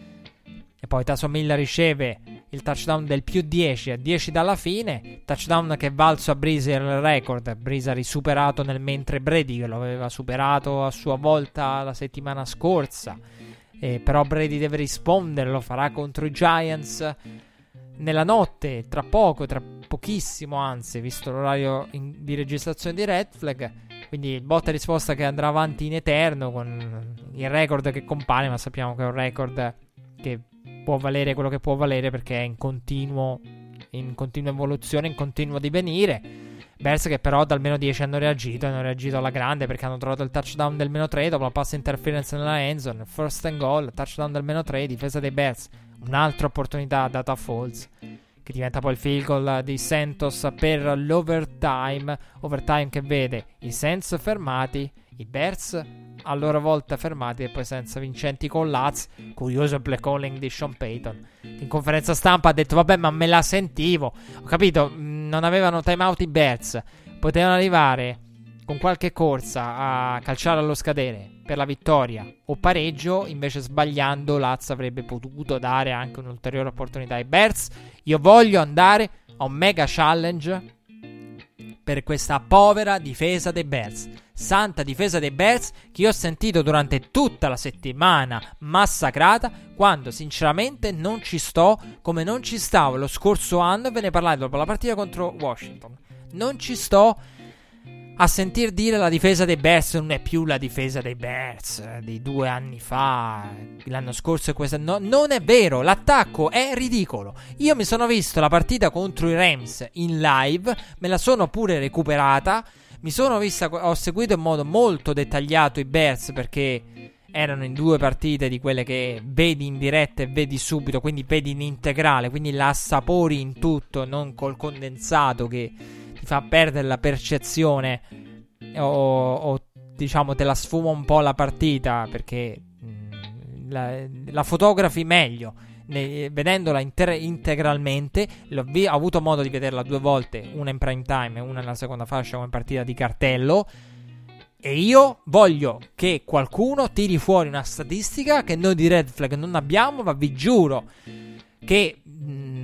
E poi Taysom Hill riceve il touchdown del più dieci a dieci dalla fine, touchdown che è valso a Brees il record. Brees ha risuperato nel mentre Brady, che lo aveva superato a sua volta la settimana scorsa, eh, però Brady deve rispondere, lo farà contro i Giants nella notte, tra poco, tra pochissimo anzi, visto l'orario in, di registrazione di Red Flag. Quindi botta e risposta che andrà avanti in eterno con il record che compare, ma sappiamo che è un record che può valere quello che può valere, perché è in continuo in continua evoluzione, in continuo divenire. Bears che però dal meno dieci hanno reagito hanno reagito alla grande, perché hanno trovato il touchdown del meno tre dopo la pass interference nella endzone, first and goal, touchdown del meno tre, difesa dei Bears, un'altra opportunità data a Foles, che diventa poi il field goal di Santos per l'overtime. Overtime che vede i Saints fermati, i Bears a loro volta fermati, e poi senza vincenti con Laz. Curioso il play calling di Sean Payton, in conferenza stampa ha detto vabbè, ma me la sentivo, ho capito, mh, non avevano timeout i Bears, potevano arrivare con qualche corsa a calciare allo scadere per la vittoria o pareggio, invece sbagliando Laz avrebbe potuto dare anche un'ulteriore opportunità ai Bears. Io voglio andare a un mega challenge per questa povera difesa dei Bears, santa difesa dei Bears, che io ho sentito durante tutta la settimana massacrata, quando sinceramente non ci sto come non ci stavo lo scorso anno, e ve ne parlai dopo la partita contro Washington. Non ci sto a sentir dire la difesa dei Bears non è più la difesa dei Bears di due anni fa, l'anno scorso e questa. No, non è vero, l'attacco è ridicolo. Io mi sono visto la partita contro i Rams in live, me la sono pure recuperata, mi sono vista, ho seguito in modo molto dettagliato i Bears, perché erano in due partite di quelle che vedi in diretta e vedi subito, quindi vedi in integrale, quindi la assapori in tutto, non col condensato che ti fa perdere la percezione o, o diciamo te la sfuma un po' la partita, perché mh, la, la fotografi meglio ne, vedendola inter- integralmente. L'ho vi- ho avuto modo di vederla due volte, una in prime time e una nella seconda fascia come partita di cartello, e io voglio che qualcuno tiri fuori una statistica che noi di Red Flag non abbiamo, ma vi giuro che mh,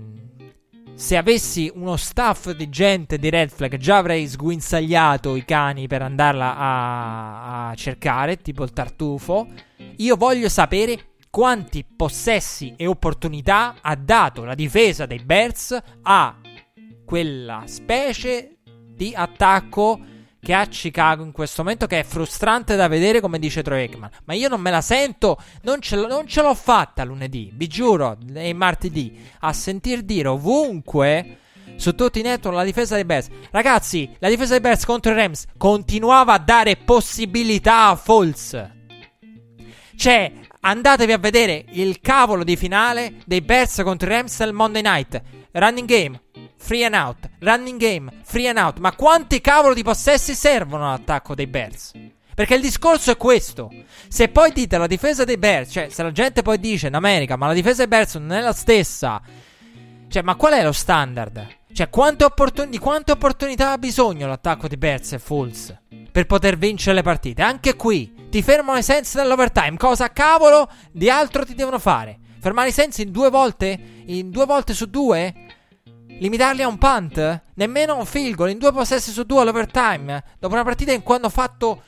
se avessi uno staff di gente di Red Flag già avrei sguinzagliato i cani per andarla a, a cercare, tipo il tartufo. Io voglio sapere quanti possessi e opportunità ha dato la difesa dei Bears a quella specie di attacco che ha Chicago in questo momento, che è frustrante da vedere, come dice Troy Aikman. Ma io non me la sento, non ce, l- non ce l'ho fatta lunedì, vi giuro, e martedì, a sentir dire ovunque su tutti i network la difesa dei Bears. Ragazzi, la difesa dei Bears contro i Rams continuava a dare possibilità a Foles. Cioè, Andatevi a vedere il cavolo di finale dei Bears contro i Rams del Monday Night. Running game, free and out. Running game, free and out. Ma quanti cavolo di possessi servono all'attacco dei Bears? Perché il discorso è questo. Se poi dite la difesa dei Bears, cioè se la gente poi dice in America ma la difesa dei Bears non è la stessa, cioè ma qual è lo standard? Cioè quante opportun- di quante opportunità ha bisogno l'attacco di Bears e Foles per poter vincere le partite? Anche qui ti fermano i Saints nell'overtime. Cosa cavolo di altro ti devono fare? Fermare i Saints in due volte? In due volte su due? Limitarli a un punt? Nemmeno un field goal in due possessi su due all'overtime? Dopo una partita in cui hanno fatto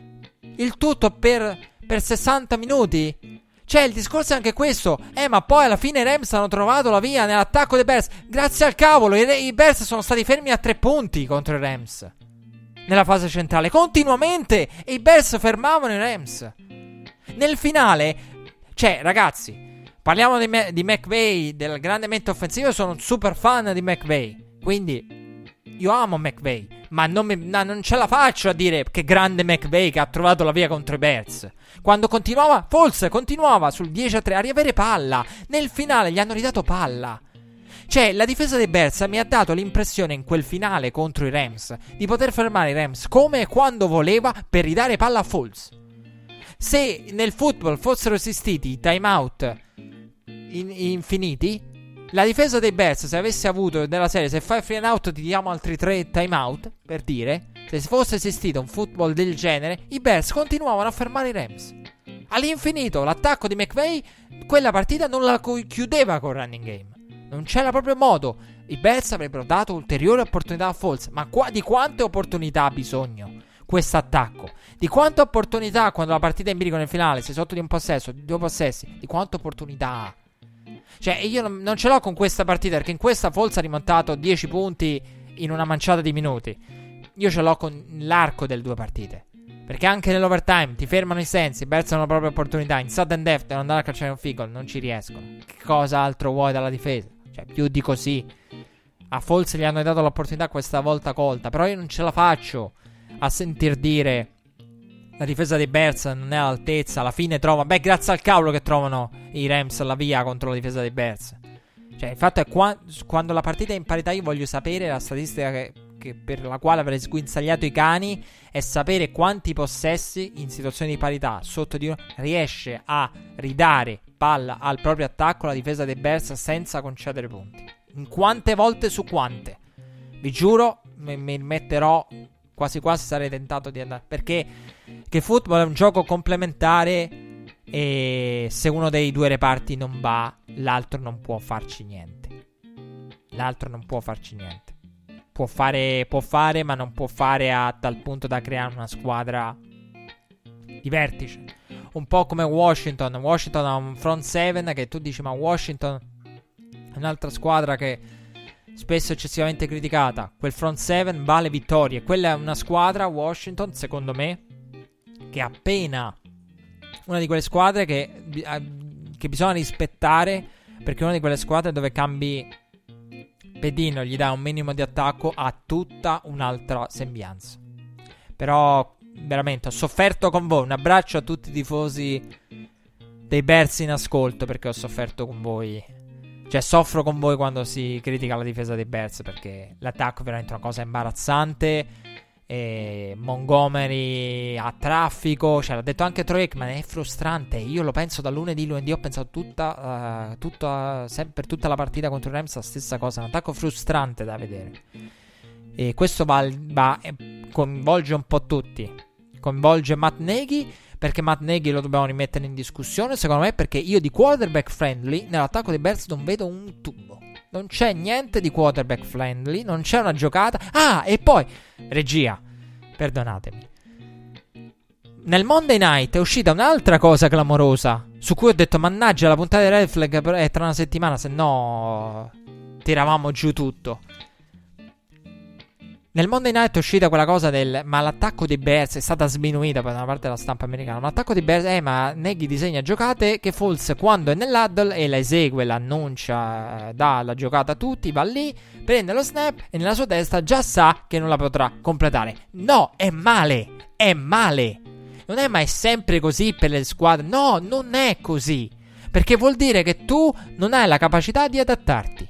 il tutto per, per sessanta minuti? Cioè il discorso è anche questo. Eh ma poi alla fine i Rams hanno trovato la via nell'attacco dei Bears. Grazie al cavolo, i, i Bears sono stati fermi a tre punti contro i Rams nella fase centrale, continuamente. E i Bears fermavano i Rams. Nel finale, cioè ragazzi, parliamo di, Me- di McVay, del grande mente offensivo. Io sono un super fan di McVay, quindi io amo McVay, ma non, mi, no, non ce la faccio a dire che grande McVay che ha trovato la via contro i Bears. Quando continuava, Foles continuava sul dieci a tre a riavere palla. Nel finale gli hanno ridato palla. Cioè la difesa dei Bears mi ha dato l'impressione in quel finale contro i Rams di poter fermare i Rams come e quando voleva per ridare palla a Foles. Se nel football fossero esistiti i timeout in- infiniti, la difesa dei Bears, se avesse avuto nella serie, se fai free and out ti diamo altri tre timeout, per dire, se fosse esistito un football del genere, i Bears continuavano a fermare i Rams all'infinito. L'attacco di McVay quella partita non la chiudeva con running game, non c'era proprio modo. I Bears avrebbero dato ulteriori opportunità a Foles. Ma qua, di quante opportunità ha bisogno questo attacco? Di quante opportunità quando la partita è in bilico nel finale, sei sotto di un possesso, di due possessi, di quante opportunità ha? Cioè io non, non ce l'ho con questa partita, perché in questa Foles ha rimontato dieci punti in una manciata di minuti. Io ce l'ho con l'arco delle due partite, perché anche nell'overtime ti fermano i Saints, i Bears hanno la propria opportunità. In sudden death devono andare a calciare un field goal, non ci riescono. Che cosa altro vuoi dalla difesa? Cioè più di così. A Foles gli hanno dato l'opportunità questa volta colta, però io non ce la faccio a sentir dire la difesa dei Bears non è all'altezza. Alla fine trova, beh grazie al cavolo che trovano i Rams la via contro la difesa dei Bears. Cioè il fatto è qua, quando la partita è in parità, io voglio sapere la statistica che, che per la quale avrei sguinzagliato i cani, è sapere quanti possessi in situazioni di parità sotto di uno riesce a ridare palla al proprio attacco la difesa dei Bears senza concedere punti. In quante volte su quante? Vi giuro, mi, mi metterò, quasi quasi sarei tentato di andare, perché che football è un gioco complementare e se uno dei due reparti non va, l'altro non può farci niente. L'altro non può farci niente. Può fare, può fare, ma non può fare a tal punto da creare una squadra di vertice. Un po' come Washington. Washington ha un front seven che tu dici, ma Washington è un'altra squadra che spesso eccessivamente criticata. Quel front seven vale vittorie. Quella è una squadra, Washington, secondo me, che è appena una di quelle squadre che, che bisogna rispettare, perché è una di quelle squadre dove cambi pedino, gli dà un minimo di attacco, ha tutta un'altra sembianza. Però veramente ho sofferto con voi. Un abbraccio a tutti i tifosi dei Bears in ascolto, perché ho sofferto con voi. Cioè soffro con voi quando si critica la difesa dei Bears, perché l'attacco è veramente una cosa imbarazzante. E Montgomery a traffico, cioè l'ha detto anche Troy Aikman, è frustrante. Io lo penso da lunedì, lunedì ho pensato tutta, uh, tutta sem- per tutta la partita contro i Rams la stessa cosa, un attacco frustrante da vedere. E questo va, va eh, coinvolge un po' tutti, coinvolge Matt Nagy, perché Matt Nagy lo dobbiamo rimettere in discussione secondo me, perché io di quarterback friendly nell'attacco dei Bears non vedo un tubo. Non c'è niente di quarterback friendly, non c'è una giocata. Ah, e poi, regia, perdonatemi, nel Monday Night è uscita un'altra cosa clamorosa, su cui ho detto, mannaggia, la puntata di Red Flag è tra una settimana, se no tiravamo giù tutto. Nel Monday Night è uscita quella cosa del, ma l'attacco dei Bears è stata sminuita per una parte della stampa americana. Un attacco dei Bears, eh ma Nagy disegna giocate che Foles quando è nell'huddle e la esegue, l'annuncia, dà la giocata a tutti, va lì, prende lo snap e nella sua testa già sa che non la potrà completare. No, è male, è male. non è mai sempre così per le squadre. No, non è così, perché vuol dire che tu non hai la capacità di adattarti.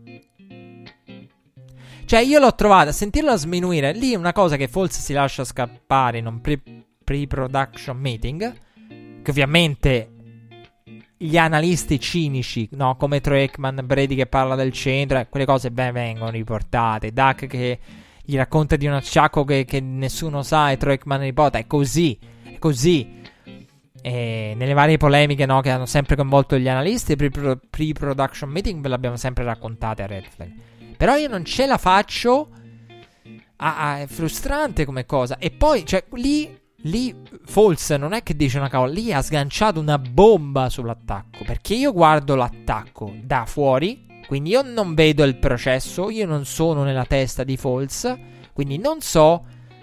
Cioè, io l'ho trovata, a sentirla sminuire, lì è una cosa che Foles si lascia scappare in un pre- pre-production meeting, che ovviamente gli analisti cinici, no, come Troy Aikman, Brady che parla del centro, eh, quelle cose ben vengono riportate. Dak che gli racconta di un acciacco che, che nessuno sa e Troy Aikman riporta. È così, è così. E nelle varie polemiche, no, che hanno sempre coinvolto gli analisti, pre- pre-production meeting ve l'abbiamo sempre raccontate a Red Flag. Però io non ce la faccio. Ah, ah, è frustrante come cosa. E poi, cioè, lì Lì Foles non è che dice una cavola, lì ha sganciato una bomba sull'attacco. Perché io guardo l'attacco da fuori, quindi io non vedo il processo, io non sono nella testa di Foles, quindi non so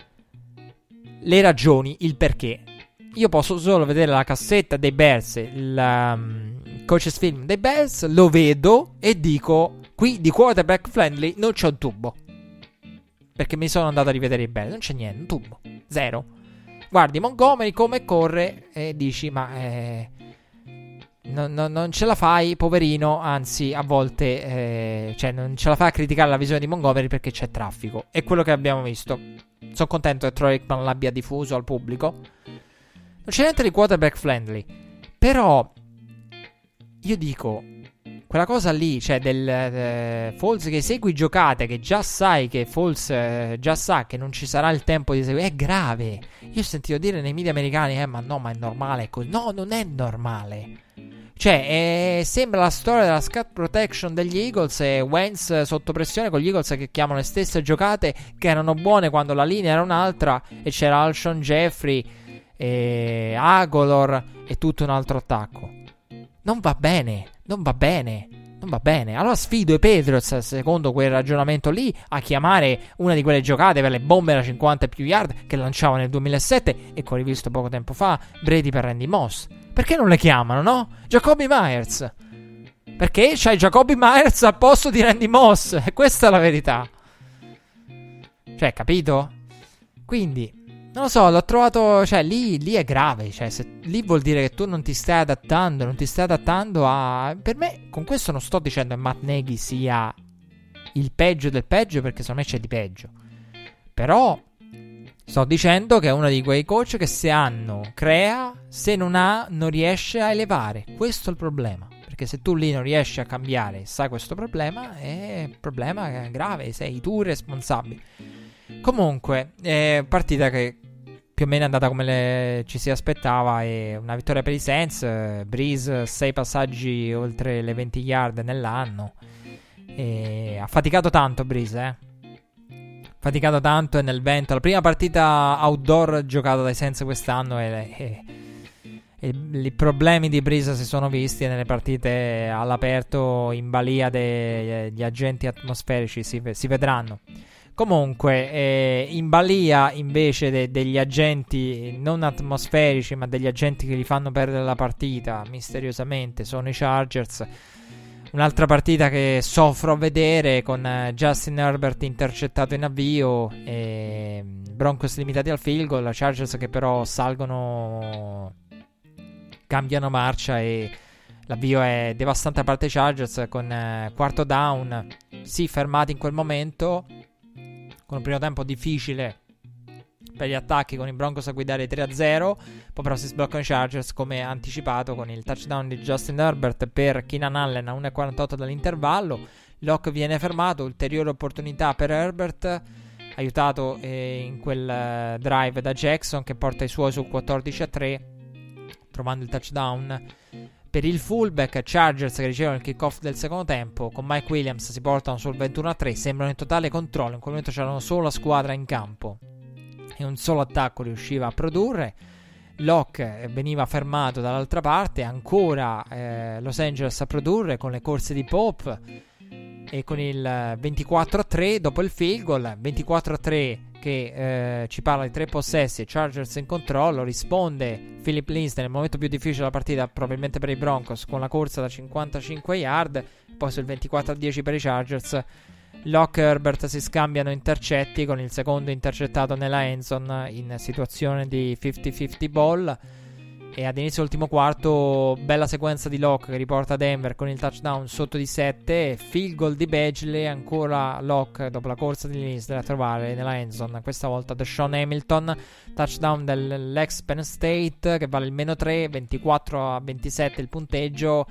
le ragioni, il perché. Io posso solo vedere la cassetta dei Bears, il um, coaches film dei Bears, lo vedo e dico, qui di quarterback friendly non c'è un tubo, perché mi sono andato a rivedere i Bears, non c'è niente, un tubo, zero. Guardi Montgomery come corre e dici ma eh, no, no, non ce la fai poverino, anzi a volte eh, cioè non ce la fai a criticare la visione di Montgomery perché c'è traffico. È quello che abbiamo visto. Sono contento che Troy Aikman l'abbia diffuso al pubblico. Non c'è niente di quarterback friendly, però io dico quella cosa lì, cioè del eh, Foles che segui giocate, che già sai che Foles eh, già sa che non ci sarà il tempo di seguire, è grave. Io ho sentito dire nei media americani, eh ma no, ma è normale così. No, non è normale. Cioè, eh, sembra la storia della scat protection degli Eagles e Wentz sotto pressione con gli Eagles che chiamano le stesse giocate che erano buone quando la linea era un'altra e c'era Alshon Jeffrey e Agolor e tutto un altro attacco. Non va bene, non va bene, non va bene. Allora sfido i Patriots, secondo quel ragionamento lì, a chiamare una di quelle giocate per le bombe da cinquanta e più yard che lanciava nel duemilasette e che ho rivisto poco tempo fa Brady per Randy Moss. Perché non le chiamano, no? Jacoby Myers. Perché c'hai Jacoby Myers al posto di Randy Moss, e questa è la verità. Cioè, capito? Quindi non lo so, l'ho trovato, cioè lì, lì è grave, cioè se, lì vuol dire che tu non ti stai adattando, non ti stai adattando a... Per me, con questo non sto dicendo che Matt Nagy sia il peggio del peggio, perché secondo me c'è di peggio. Però sto dicendo che è uno di quei coach che se hanno, crea, se non ha, non riesce a elevare. Questo è il problema, perché se tu lì non riesci a cambiare, sai questo problema, è un problema grave, sei tu responsabile. Comunque, è partita che più o meno è andata come le, ci si aspettava. È una vittoria per i Saints. Breeze sei passaggi oltre le venti yard nell'anno. E ha faticato tanto Breeze, eh. Faticato tanto e nel vento. La prima partita outdoor giocata dai Saints quest'anno e, e, e i problemi di Breeze si sono visti nelle partite all'aperto in balia degli agenti atmosferici. Si, si vedranno. Comunque, eh, in balia invece de- degli agenti non atmosferici, ma degli agenti che gli fanno perdere la partita, misteriosamente, sono i Chargers. Un'altra partita che soffro a vedere, con eh, Justin Herbert intercettato in avvio e Broncos limitati al field goal. La Chargers che però salgono, cambiano marcia e l'avvio è devastante a parte Chargers, con eh, quarto down, sì, fermati in quel momento, con un primo tempo difficile per gli attacchi, con i Broncos a guidare tre a zero. Poi però si sbloccano i Chargers, come anticipato, con il touchdown di Justin Herbert per Keenan Allen a uno e quarantotto dall'intervallo. Locke viene fermato, ulteriore opportunità per Herbert, aiutato eh, in quel eh, drive da Jackson, che porta i suoi sul quattordici a tre, trovando il touchdown per il fullback. Chargers che ricevono il kickoff del secondo tempo, con Mike Williams si portano sul ventuno a tre, sembrano in totale controllo. In quel momento c'era una sola squadra in campo e un solo attacco riusciva a produrre. Locke veniva fermato dall'altra parte, ancora eh, Los Angeles a produrre con le corse di Pope e con il ventiquattro a tre dopo il field goal. Ventiquattro a tre che eh, ci parla di tre possessi, Chargers in controllo. Risponde Philip Lindsay nel momento più difficile della partita, probabilmente per i Broncos, con la corsa da cinquantacinque yard. Poi sul ventiquattro a dieci per i Chargers Locke e Herbert si scambiano intercetti, con il secondo intercettato nella endzone in situazione di cinquanta cinquanta ball. E ad inizio ultimo quarto, bella sequenza di Locke che riporta Denver con il touchdown sotto di sette. Field goal di Badgley, ancora Locke dopo la corsa di Lindsay a trovare nella endzone, questa volta DeSean Hamilton. Touchdown dell'ex Penn State che vale il meno tre, ventiquattro a ventisette il punteggio.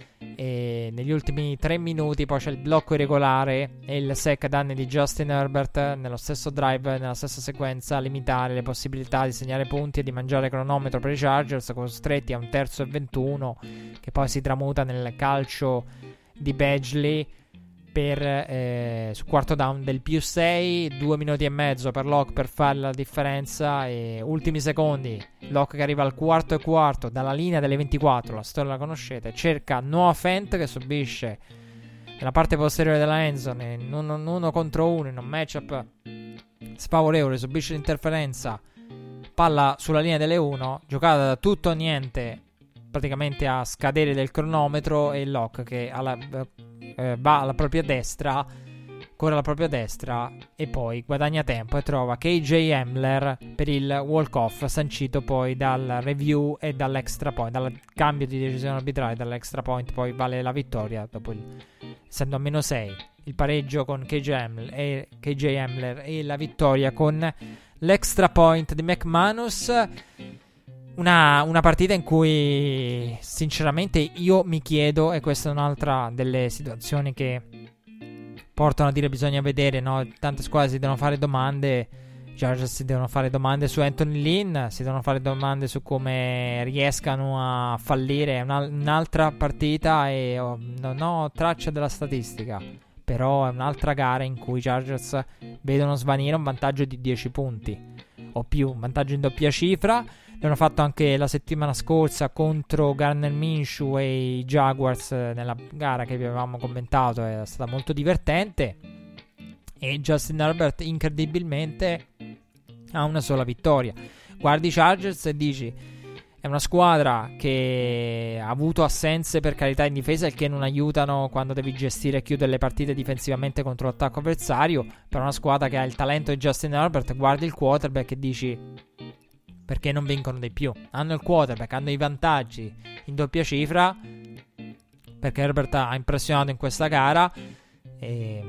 E negli ultimi tre minuti poi c'è il blocco irregolare e il sack a danni di Justin Herbert nello stesso drive, nella stessa sequenza, a limitare le possibilità di segnare punti e di mangiare cronometro per i Chargers, costretti a un terzo e ventuno che poi si tramuta nel calcio di Badgley per eh, su quarto down del più sei. Due minuti e mezzo per Locke per fare la differenza, e ultimi secondi Locke che arriva al quarto e quarto dalla linea delle ventiquattro, la storia la conoscete, cerca Noah Fant che subisce nella parte posteriore della endzone in uno, uno contro uno in un matchup sfavorevole, subisce l'interferenza, palla sulla linea delle uno, giocata da tutto o niente praticamente a scadere del cronometro, e Locke che alla, eh, va alla propria destra, corre alla propria destra e poi guadagna tempo e trova K J Hamler per il walk-off sancito poi dal review e dall'extra point, dal cambio di decisione arbitrale, dall'extra point poi vale la vittoria dopo il, essendo a meno sei, il pareggio con K J Hamler e, K J Hamler e la vittoria con l'extra point di McManus. Una, una partita in cui sinceramente io mi chiedo, e questa è un'altra delle situazioni che portano a dire bisogna vedere, no? Tante squadre si devono fare domande, i Chargers si devono fare domande su Anthony Lynn, si devono fare domande su come riescano a fallire. È una, un'altra partita e oh, non ho traccia della statistica, però è un'altra gara in cui i Chargers vedono svanire un vantaggio di dieci punti o più, un vantaggio in doppia cifra. L'hanno fatto anche la settimana scorsa contro Gardner Minshew e i Jaguars nella gara che vi avevamo commentato, è stata molto divertente. E Justin Herbert incredibilmente ha una sola vittoria. Guardi i Chargers e dici è una squadra che ha avuto assenze per carità in difesa, il che non aiutano quando devi gestire e chiudere le partite difensivamente contro l'attacco avversario. Per una squadra che ha il talento di Justin Herbert, guardi il quarterback e dici perché non vincono di più. Hanno il quarterback, hanno i vantaggi in doppia cifra, perché Herbert ha impressionato in questa gara e,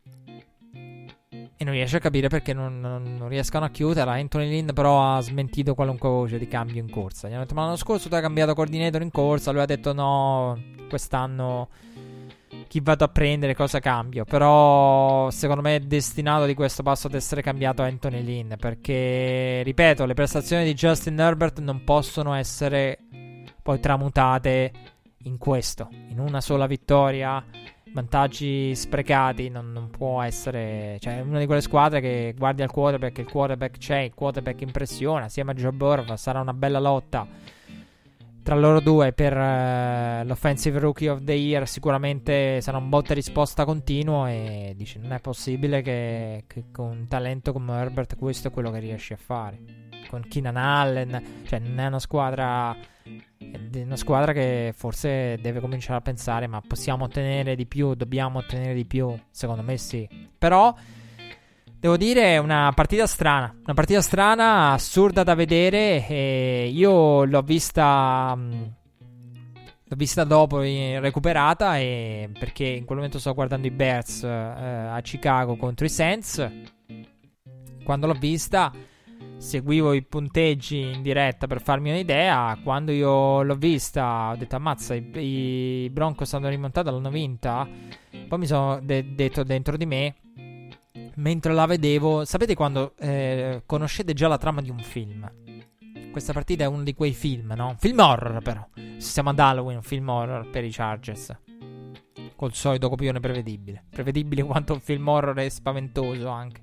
e non riesce a capire perché non, non, non riescano a chiudere. Anthony Lynn però ha smentito qualunque voce di cambio in corsa. Gli hanno detto ma l'anno scorso tu hai cambiato coordinator in corsa, lui ha detto no, quest'anno chi vado a prendere, cosa cambio. Però secondo me è destinato di questo passo ad essere cambiato Anthony Lynn, perché ripeto, le prestazioni di Justin Herbert non possono essere poi tramutate in questo, in una sola vittoria, vantaggi sprecati. Non, non può essere, cioè è una di quelle squadre che guardi al quarterback, il quarterback c'è, il quarterback impressiona, assieme a Joe Burrow sarà una bella lotta tra loro due per uh, l'Offensive Rookie of the Year. Sicuramente sarà un botta e risposta continuo, e dici non è possibile che, che con un talento come Herbert questo è quello che riesci a fare con Keenan Allen. Cioè non è una squadra, è una squadra che forse deve cominciare a pensare ma possiamo ottenere di più, dobbiamo ottenere di più. Secondo me sì, però devo dire è una partita strana, una partita strana, assurda da vedere. E io l'ho vista mh, l'ho vista dopo, eh, recuperata, e perché in quel momento sto guardando i Bears eh, a Chicago contro i Saints. Quando l'ho vista seguivo i punteggi in diretta per farmi un'idea. Quando io l'ho vista ho detto ammazza, i, i Broncos hanno rimontato, l'hanno vinta. Poi mi sono de- detto dentro di me, mentre la vedevo, sapete quando eh, conoscete già la trama di un film? Questa partita è uno di quei film, no? Un film horror, però siamo ad Halloween, un film horror per i Chargers, col solito copione prevedibile. Prevedibile quanto un film horror è spaventoso anche.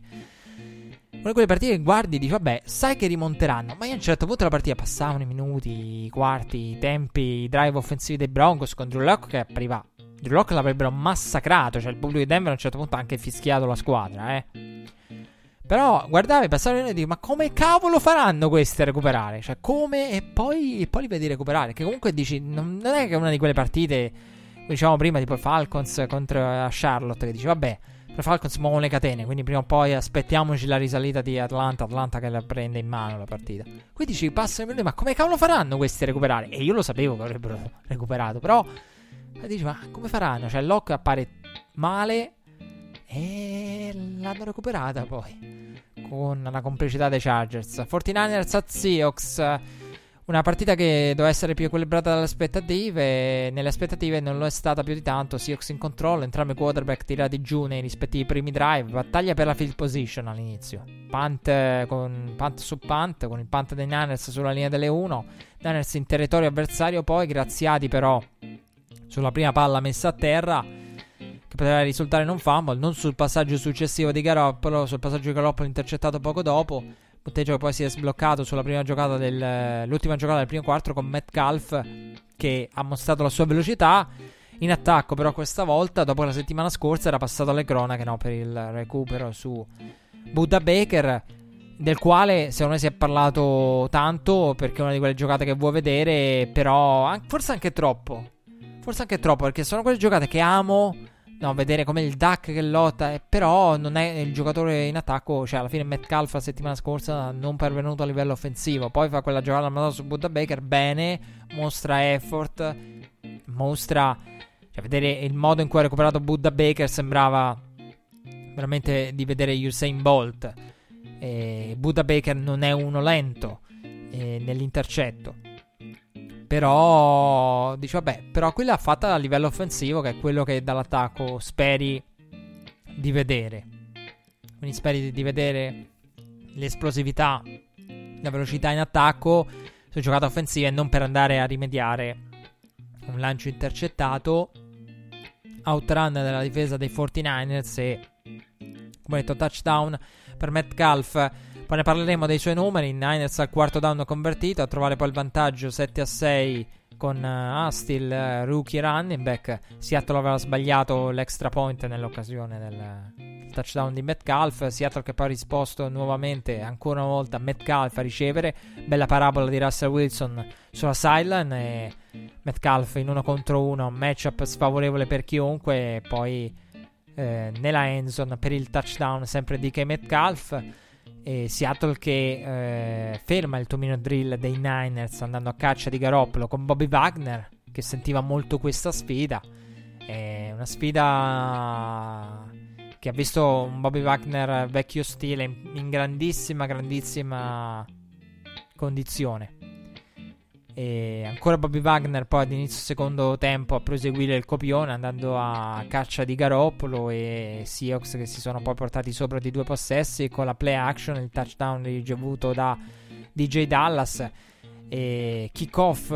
Una di quelle partite che guardi e dici vabbè, sai che rimonteranno, ma io a un certo punto la partita passavano i minuti, i quarti, i tempi, i drive offensivi dei Broncos con Drew Lock che appariva. Drew Lock l'avrebbero massacrato, cioè il pubblico di Denver a un certo punto ha anche fischiato la squadra, eh. Però guardavi, passavano e dici ma come cavolo faranno questi a recuperare? Cioè come? E poi, e poi li vedi recuperare, che comunque dici non, non è che è una di quelle partite, diciamo prima, tipo Falcons contro Charlotte, che dici vabbè, per Falcons si muovono le catene, quindi prima o poi aspettiamoci la risalita di Atlanta, Atlanta che la prende in mano la partita. Qui dici, passano i minuti, ma come cavolo faranno questi a recuperare? E io lo sapevo che avrebbero recuperato, però dici, ma come faranno? Cioè Locke appare male e l'hanno recuperata poi con la complicità dei Chargers. quarantanovers at Seahawks, una partita che doveva essere più equilibrata dalle aspettative. Nelle aspettative non lo è stata più di tanto. Seahawks in controllo, entrambi i quarterback tirati giù nei rispettivi primi drive. Battaglia per la field position all'inizio. Punt, con, punt su punt, con il punt dei Niners sulla linea delle uno. Niners in territorio avversario, poi graziati però sulla prima palla messa a terra, che poteva risultare non fumble, non sul passaggio successivo di Garoppolo, sul passaggio di Garoppolo intercettato poco dopo. Punteggio che poi si è sbloccato sulla prima giocata del, l'ultima giocata del primo quarto con Metcalf, che ha mostrato la sua velocità in attacco, però questa volta dopo la settimana scorsa era passato alle cronache, no, per il recupero su Budda Baker, del quale secondo me si è parlato tanto perché è una di quelle giocate che vuoi vedere, però an- forse anche troppo forse anche troppo perché sono quelle giocate che amo, no, vedere come il Duck che lotta, eh, però non è il giocatore in attacco. Cioè alla fine Metcalf la settimana scorsa non pervenuto a livello offensivo, poi fa quella giocata mandata su Budda Baker, bene, mostra effort, mostra, cioè vedere il modo in cui ha recuperato Budda Baker sembrava veramente di vedere Usain Bolt. eh, Budda Baker non è uno lento eh, nell'intercetto, però dice vabbè, però qui l'ha fatta a livello offensivo, che è quello che dall'attacco speri di vedere. Quindi speri di, di vedere l'esplosività, la velocità in attacco su giocate offensive, e non per andare a rimediare un lancio intercettato, outrun della difesa dei quarantanovers e, come detto, touchdown per Metcalf. Poi ne parleremo dei suoi numeri. I Niners al quarto down convertito, a trovare poi il vantaggio sette a sei con uh, Astil, uh, rookie running back. Seattle aveva sbagliato l'extra point nell'occasione del touchdown di Metcalf. Seattle che poi ha risposto nuovamente, ancora una volta, Metcalf a ricevere. Bella parabola di Russell Wilson sulla sideline e Metcalf in uno contro uno, matchup sfavorevole per chiunque. E poi eh, nella endzone per il touchdown sempre di K. Metcalf. E Seattle che eh, ferma il two minute drill dei Niners andando a caccia di Garoppolo con Bobby Wagner, che sentiva molto questa sfida. È una sfida che ha visto un Bobby Wagner vecchio stile in, in grandissima grandissima condizione. E ancora Bobby Wagner poi ad inizio secondo tempo a proseguire il copione, andando a caccia di Garoppolo, e Seahawks che si sono poi portati sopra di due possessi con la play action, il touchdown ricevuto da D J Dallas e kickoff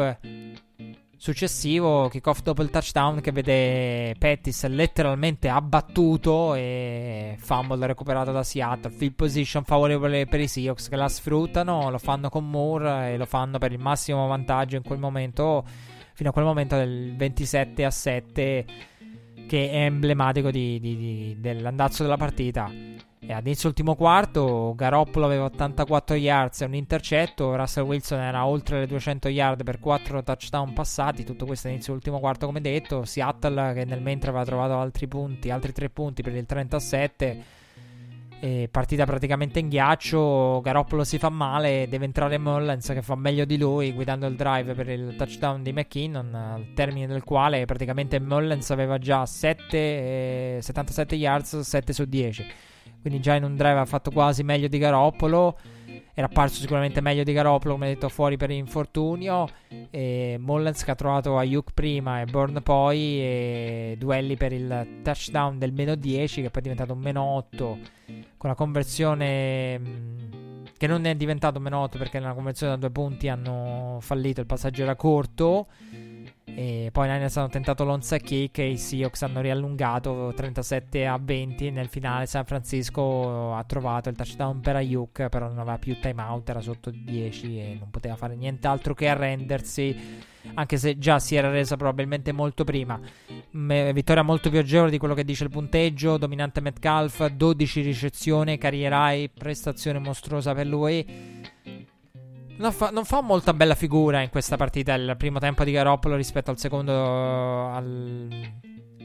successivo, kickoff dopo il touchdown che vede Pettis letteralmente abbattuto e fumble recuperato da Seattle. Field position favorevole per i Seahawks che la sfruttano, lo fanno con Moore e lo fanno per il massimo vantaggio in quel momento, fino a quel momento del ventisette a sette, che è emblematico di, di, di, dell'andazzo della partita. E ad inizio ultimo quarto Garoppolo aveva ottantaquattro yards e un intercetto, Russell Wilson era oltre le duecento yard per quattro touchdown passati. Tutto questo all'inizio ultimo quarto, come detto. Seattle che nel mentre aveva trovato altri punti, altri tre punti per il trentasette, e partita praticamente in ghiaccio. Garoppolo si fa male, deve entrare Mullens che fa meglio di lui guidando il drive per il touchdown di McKinnon, al termine del quale praticamente Mullens aveva già sette, settantasette yards, sette su dieci. Quindi già in un drive ha fatto quasi meglio di Garoppolo. Era apparso sicuramente meglio di Garoppolo, come detto, fuori per infortunio. E Mullens che ha trovato Ayuk prima e Bourne poi, e duelli per il touchdown del meno dieci, che poi è diventato un meno otto, con la conversione mh, che non è diventato meno otto perché nella conversione da due punti hanno fallito, il passaggio era corto. E poi i Niners hanno tentato l'onside kick e i Seahawks hanno riallungato trentasette a venti. Nel finale San Francisco ha trovato il touchdown per Ayuk, però non aveva più timeout, era sotto dieci e non poteva fare nient'altro che arrendersi, anche se già si era resa probabilmente molto prima. M- vittoria molto più agevole di quello che dice il punteggio. Dominante Metcalf, dodici ricezioni, career high, prestazione mostruosa per lui. Non fa, non fa molta bella figura in questa partita il primo tempo di Garoppolo rispetto al secondo, al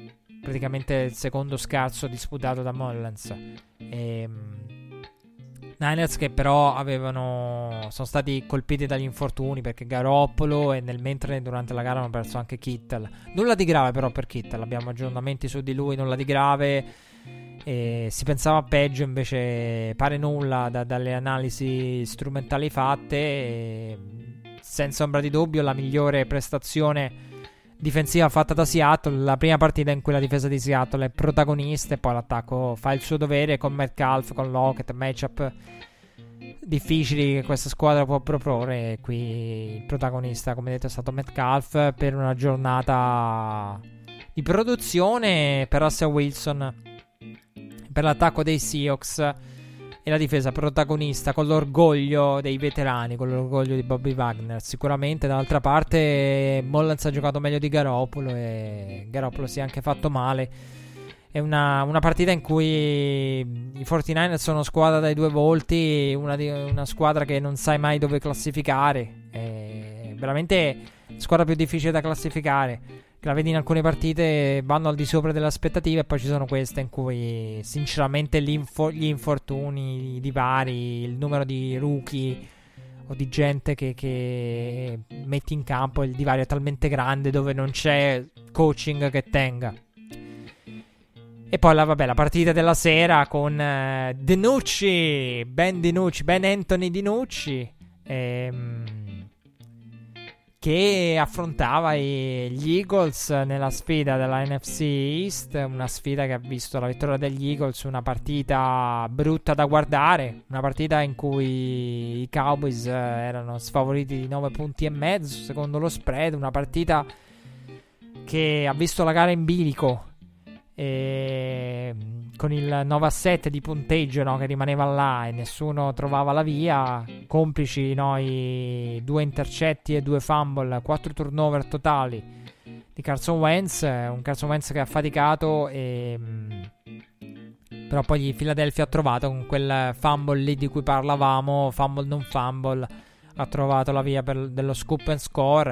praticamente il secondo scarso disputato da Mullens. E, Niners che però avevano sono stati colpiti dagli infortuni, perché Garoppolo e nel mentre durante la gara hanno perso anche Kittle. Nulla di grave però per Kittle, abbiamo aggiornamenti su di lui, nulla di grave. E si pensava peggio, invece pare nulla da, dalle analisi strumentali fatte. E senza ombra di dubbio la migliore prestazione difensiva fatta da Seattle, la prima partita in cui la difesa di Seattle è protagonista e poi l'attacco fa il suo dovere con Metcalf, con Lockett, matchup difficili che questa squadra può proporre. E qui il protagonista, come detto, è stato Metcalf per una giornata di produzione per Russell Wilson, per l'attacco dei Seahawks e la difesa protagonista con l'orgoglio dei veterani, con l'orgoglio di Bobby Wagner. Sicuramente dall'altra parte Mullens ha giocato meglio di Garoppolo e Garoppolo si è anche fatto male. È una, una partita in cui i quarantanovers sono squadra dai due volti, una, di, una squadra che non sai mai dove classificare, è veramente la squadra più difficile da classificare, che la vedi in alcune partite vanno al di sopra delle aspettative, e poi ci sono queste in cui sinceramente gli infortuni, i divari, il numero di rookie o di gente che, che metti in campo, il divario è talmente grande dove non c'è coaching che tenga. E poi la, vabbè, la partita della sera con uh, DiNucci, Ben DiNucci, Ben Anthony DiNucci, ehm, che affrontava i, gli Eagles nella sfida della N F C East, una sfida che ha visto la vittoria degli Eagles, una partita brutta da guardare, una partita in cui i Cowboys uh, erano sfavoriti di nove punti e mezzo secondo lo spread, una partita che ha visto la gara in bilico. E con il nove a sette di punteggio, no, che rimaneva là e nessuno trovava la via, complici noi due intercetti e due fumble, quattro turnover totali di Carson Wentz, un Carson Wentz che ha faticato e però poi Philadelphia ha trovato con quel fumble lì di cui parlavamo, fumble non fumble, ha trovato la via per, dello scoop and score.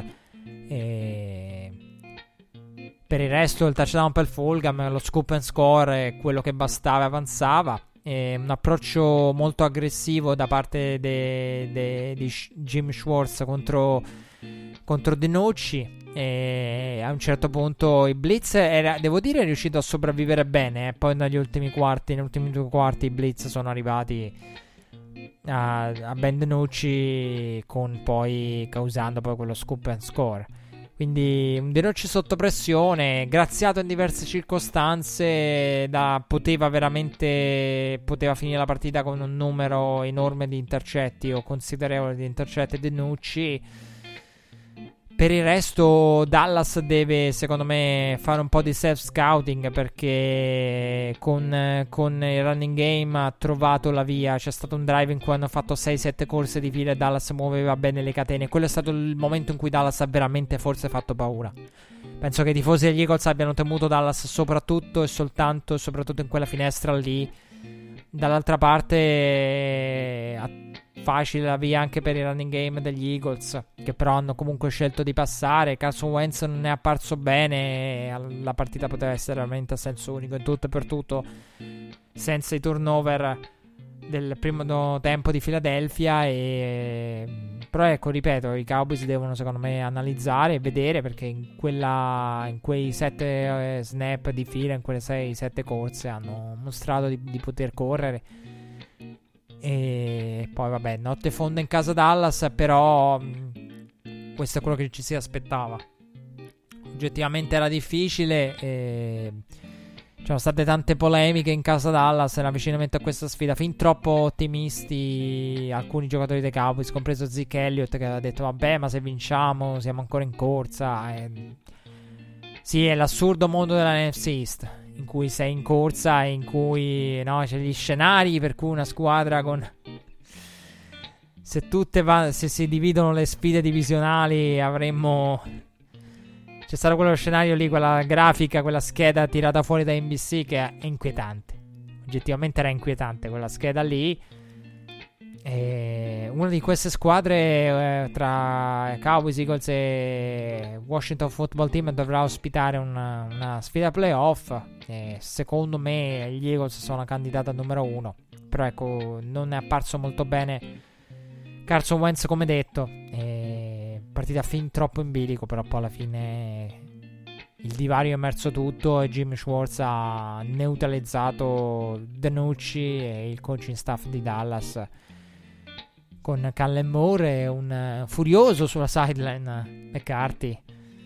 E per il resto il touchdown per Fulgham, lo scoop and score è quello che bastava e avanzava. E un approccio molto aggressivo da parte de, de, di Jim Schwartz contro, contro DiNucci. E a un certo punto il blitz era, devo dire, è riuscito a sopravvivere bene. Eh. Poi negli ultimi quarti, negli ultimi due quarti i blitz sono arrivati a, a Ben DiNucci, con poi causando poi quello scoop and score. Quindi un DiNucci sotto pressione, graziato in diverse circostanze, da, poteva veramente poteva finire la partita con un numero enorme di intercetti o considerevole di intercetti DiNucci. Per il resto Dallas deve, secondo me, fare un po' di self-scouting, perché con, con il running game ha trovato la via. C'è stato un drive in cui hanno fatto sei sette corse di fila e Dallas muoveva bene le catene. Quello è stato il momento in cui Dallas ha veramente forse fatto paura. Penso che i tifosi degli Eagles abbiano temuto Dallas soprattutto e soltanto, soprattutto in quella finestra lì. Dall'altra parte facile la via anche per il running game degli Eagles, che però hanno comunque scelto di passare. Carson Wentz non è apparso bene, la partita poteva essere veramente a senso unico in tutto e per tutto, senza i turnover del primo tempo di Philadelphia. E però ecco, ripeto, i Cowboys devono secondo me analizzare e vedere, perché in quella in quei sette eh, snap di fila, in quelle sei sette corse hanno mostrato di, di poter correre. E poi vabbè, notte fonda in casa Dallas, però mh, questo è quello che ci si aspettava. Oggettivamente era difficile e c'erano state tante polemiche in casa Dallas nell'avvicinamento a questa sfida, fin troppo ottimisti alcuni giocatori dei Cowboys, compreso Zeke Elliott, che aveva detto vabbè, ma se vinciamo siamo ancora in corsa. E sì, è l'assurdo mondo della N F C East, in cui sei in corsa e in cui no, c'è gli scenari per cui una squadra con se tutte va... se si dividono le sfide divisionali avremmo, c'è stato quello scenario lì, quella grafica, quella scheda tirata fuori da N B C che è inquietante. Oggettivamente era inquietante quella scheda lì. E una di queste squadre eh, tra Cowboys, Eagles e Washington Football Team dovrà ospitare una, una sfida playoff. E secondo me gli Eagles sono candidati al numero uno, però ecco, non è apparso molto bene Carson Wentz, come detto. E partita fin troppo in bilico, però poi alla fine il divario è emerso tutto e Jim Schwartz ha neutralizzato DiNucci e il coaching staff di Dallas, con Kellen Moore e un uh, furioso sulla sideline McCarthy,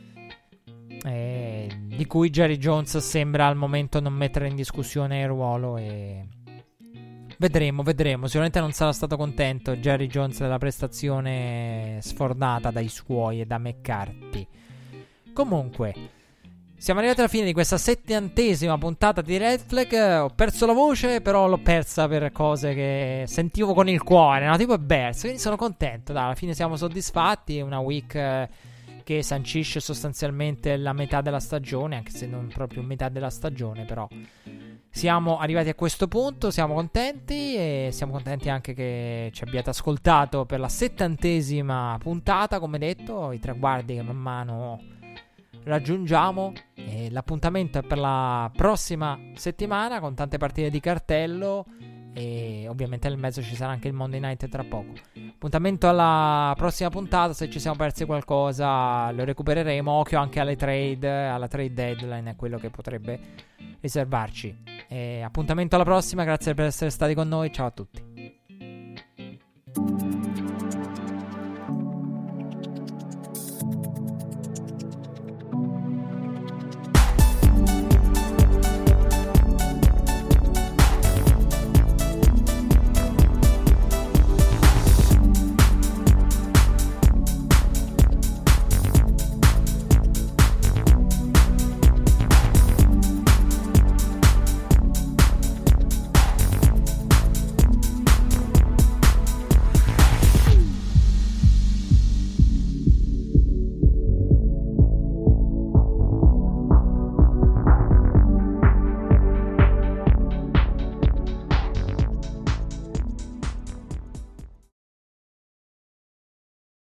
eh, di cui Jerry Jones sembra al momento non mettere in discussione il ruolo. E vedremo, vedremo. Sicuramente non sarà stato contento Jerry Jones della prestazione sfornata dai suoi e da McCarthy. Comunque, siamo arrivati alla fine di questa settantesima puntata di Red Flag. Ho perso la voce, però l'ho persa per cose che sentivo con il cuore, no? Tipo Bears, quindi sono contento. Dai, alla fine siamo soddisfatti. È una week eh, che sancisce sostanzialmente la metà della stagione, anche se non proprio metà della stagione, però siamo arrivati a questo punto, siamo contenti e siamo contenti anche che ci abbiate ascoltato per la settantesima puntata, come detto, i traguardi che man mano raggiungiamo. E l'appuntamento è per la prossima settimana con tante partite di cartello e ovviamente nel mezzo ci sarà anche il Monday Night tra poco. Appuntamento alla prossima puntata. Se ci siamo persi qualcosa lo recupereremo. Occhio anche alle trade, alla trade deadline, è quello che potrebbe riservarci. E appuntamento alla prossima, grazie per essere stati con noi, ciao a tutti.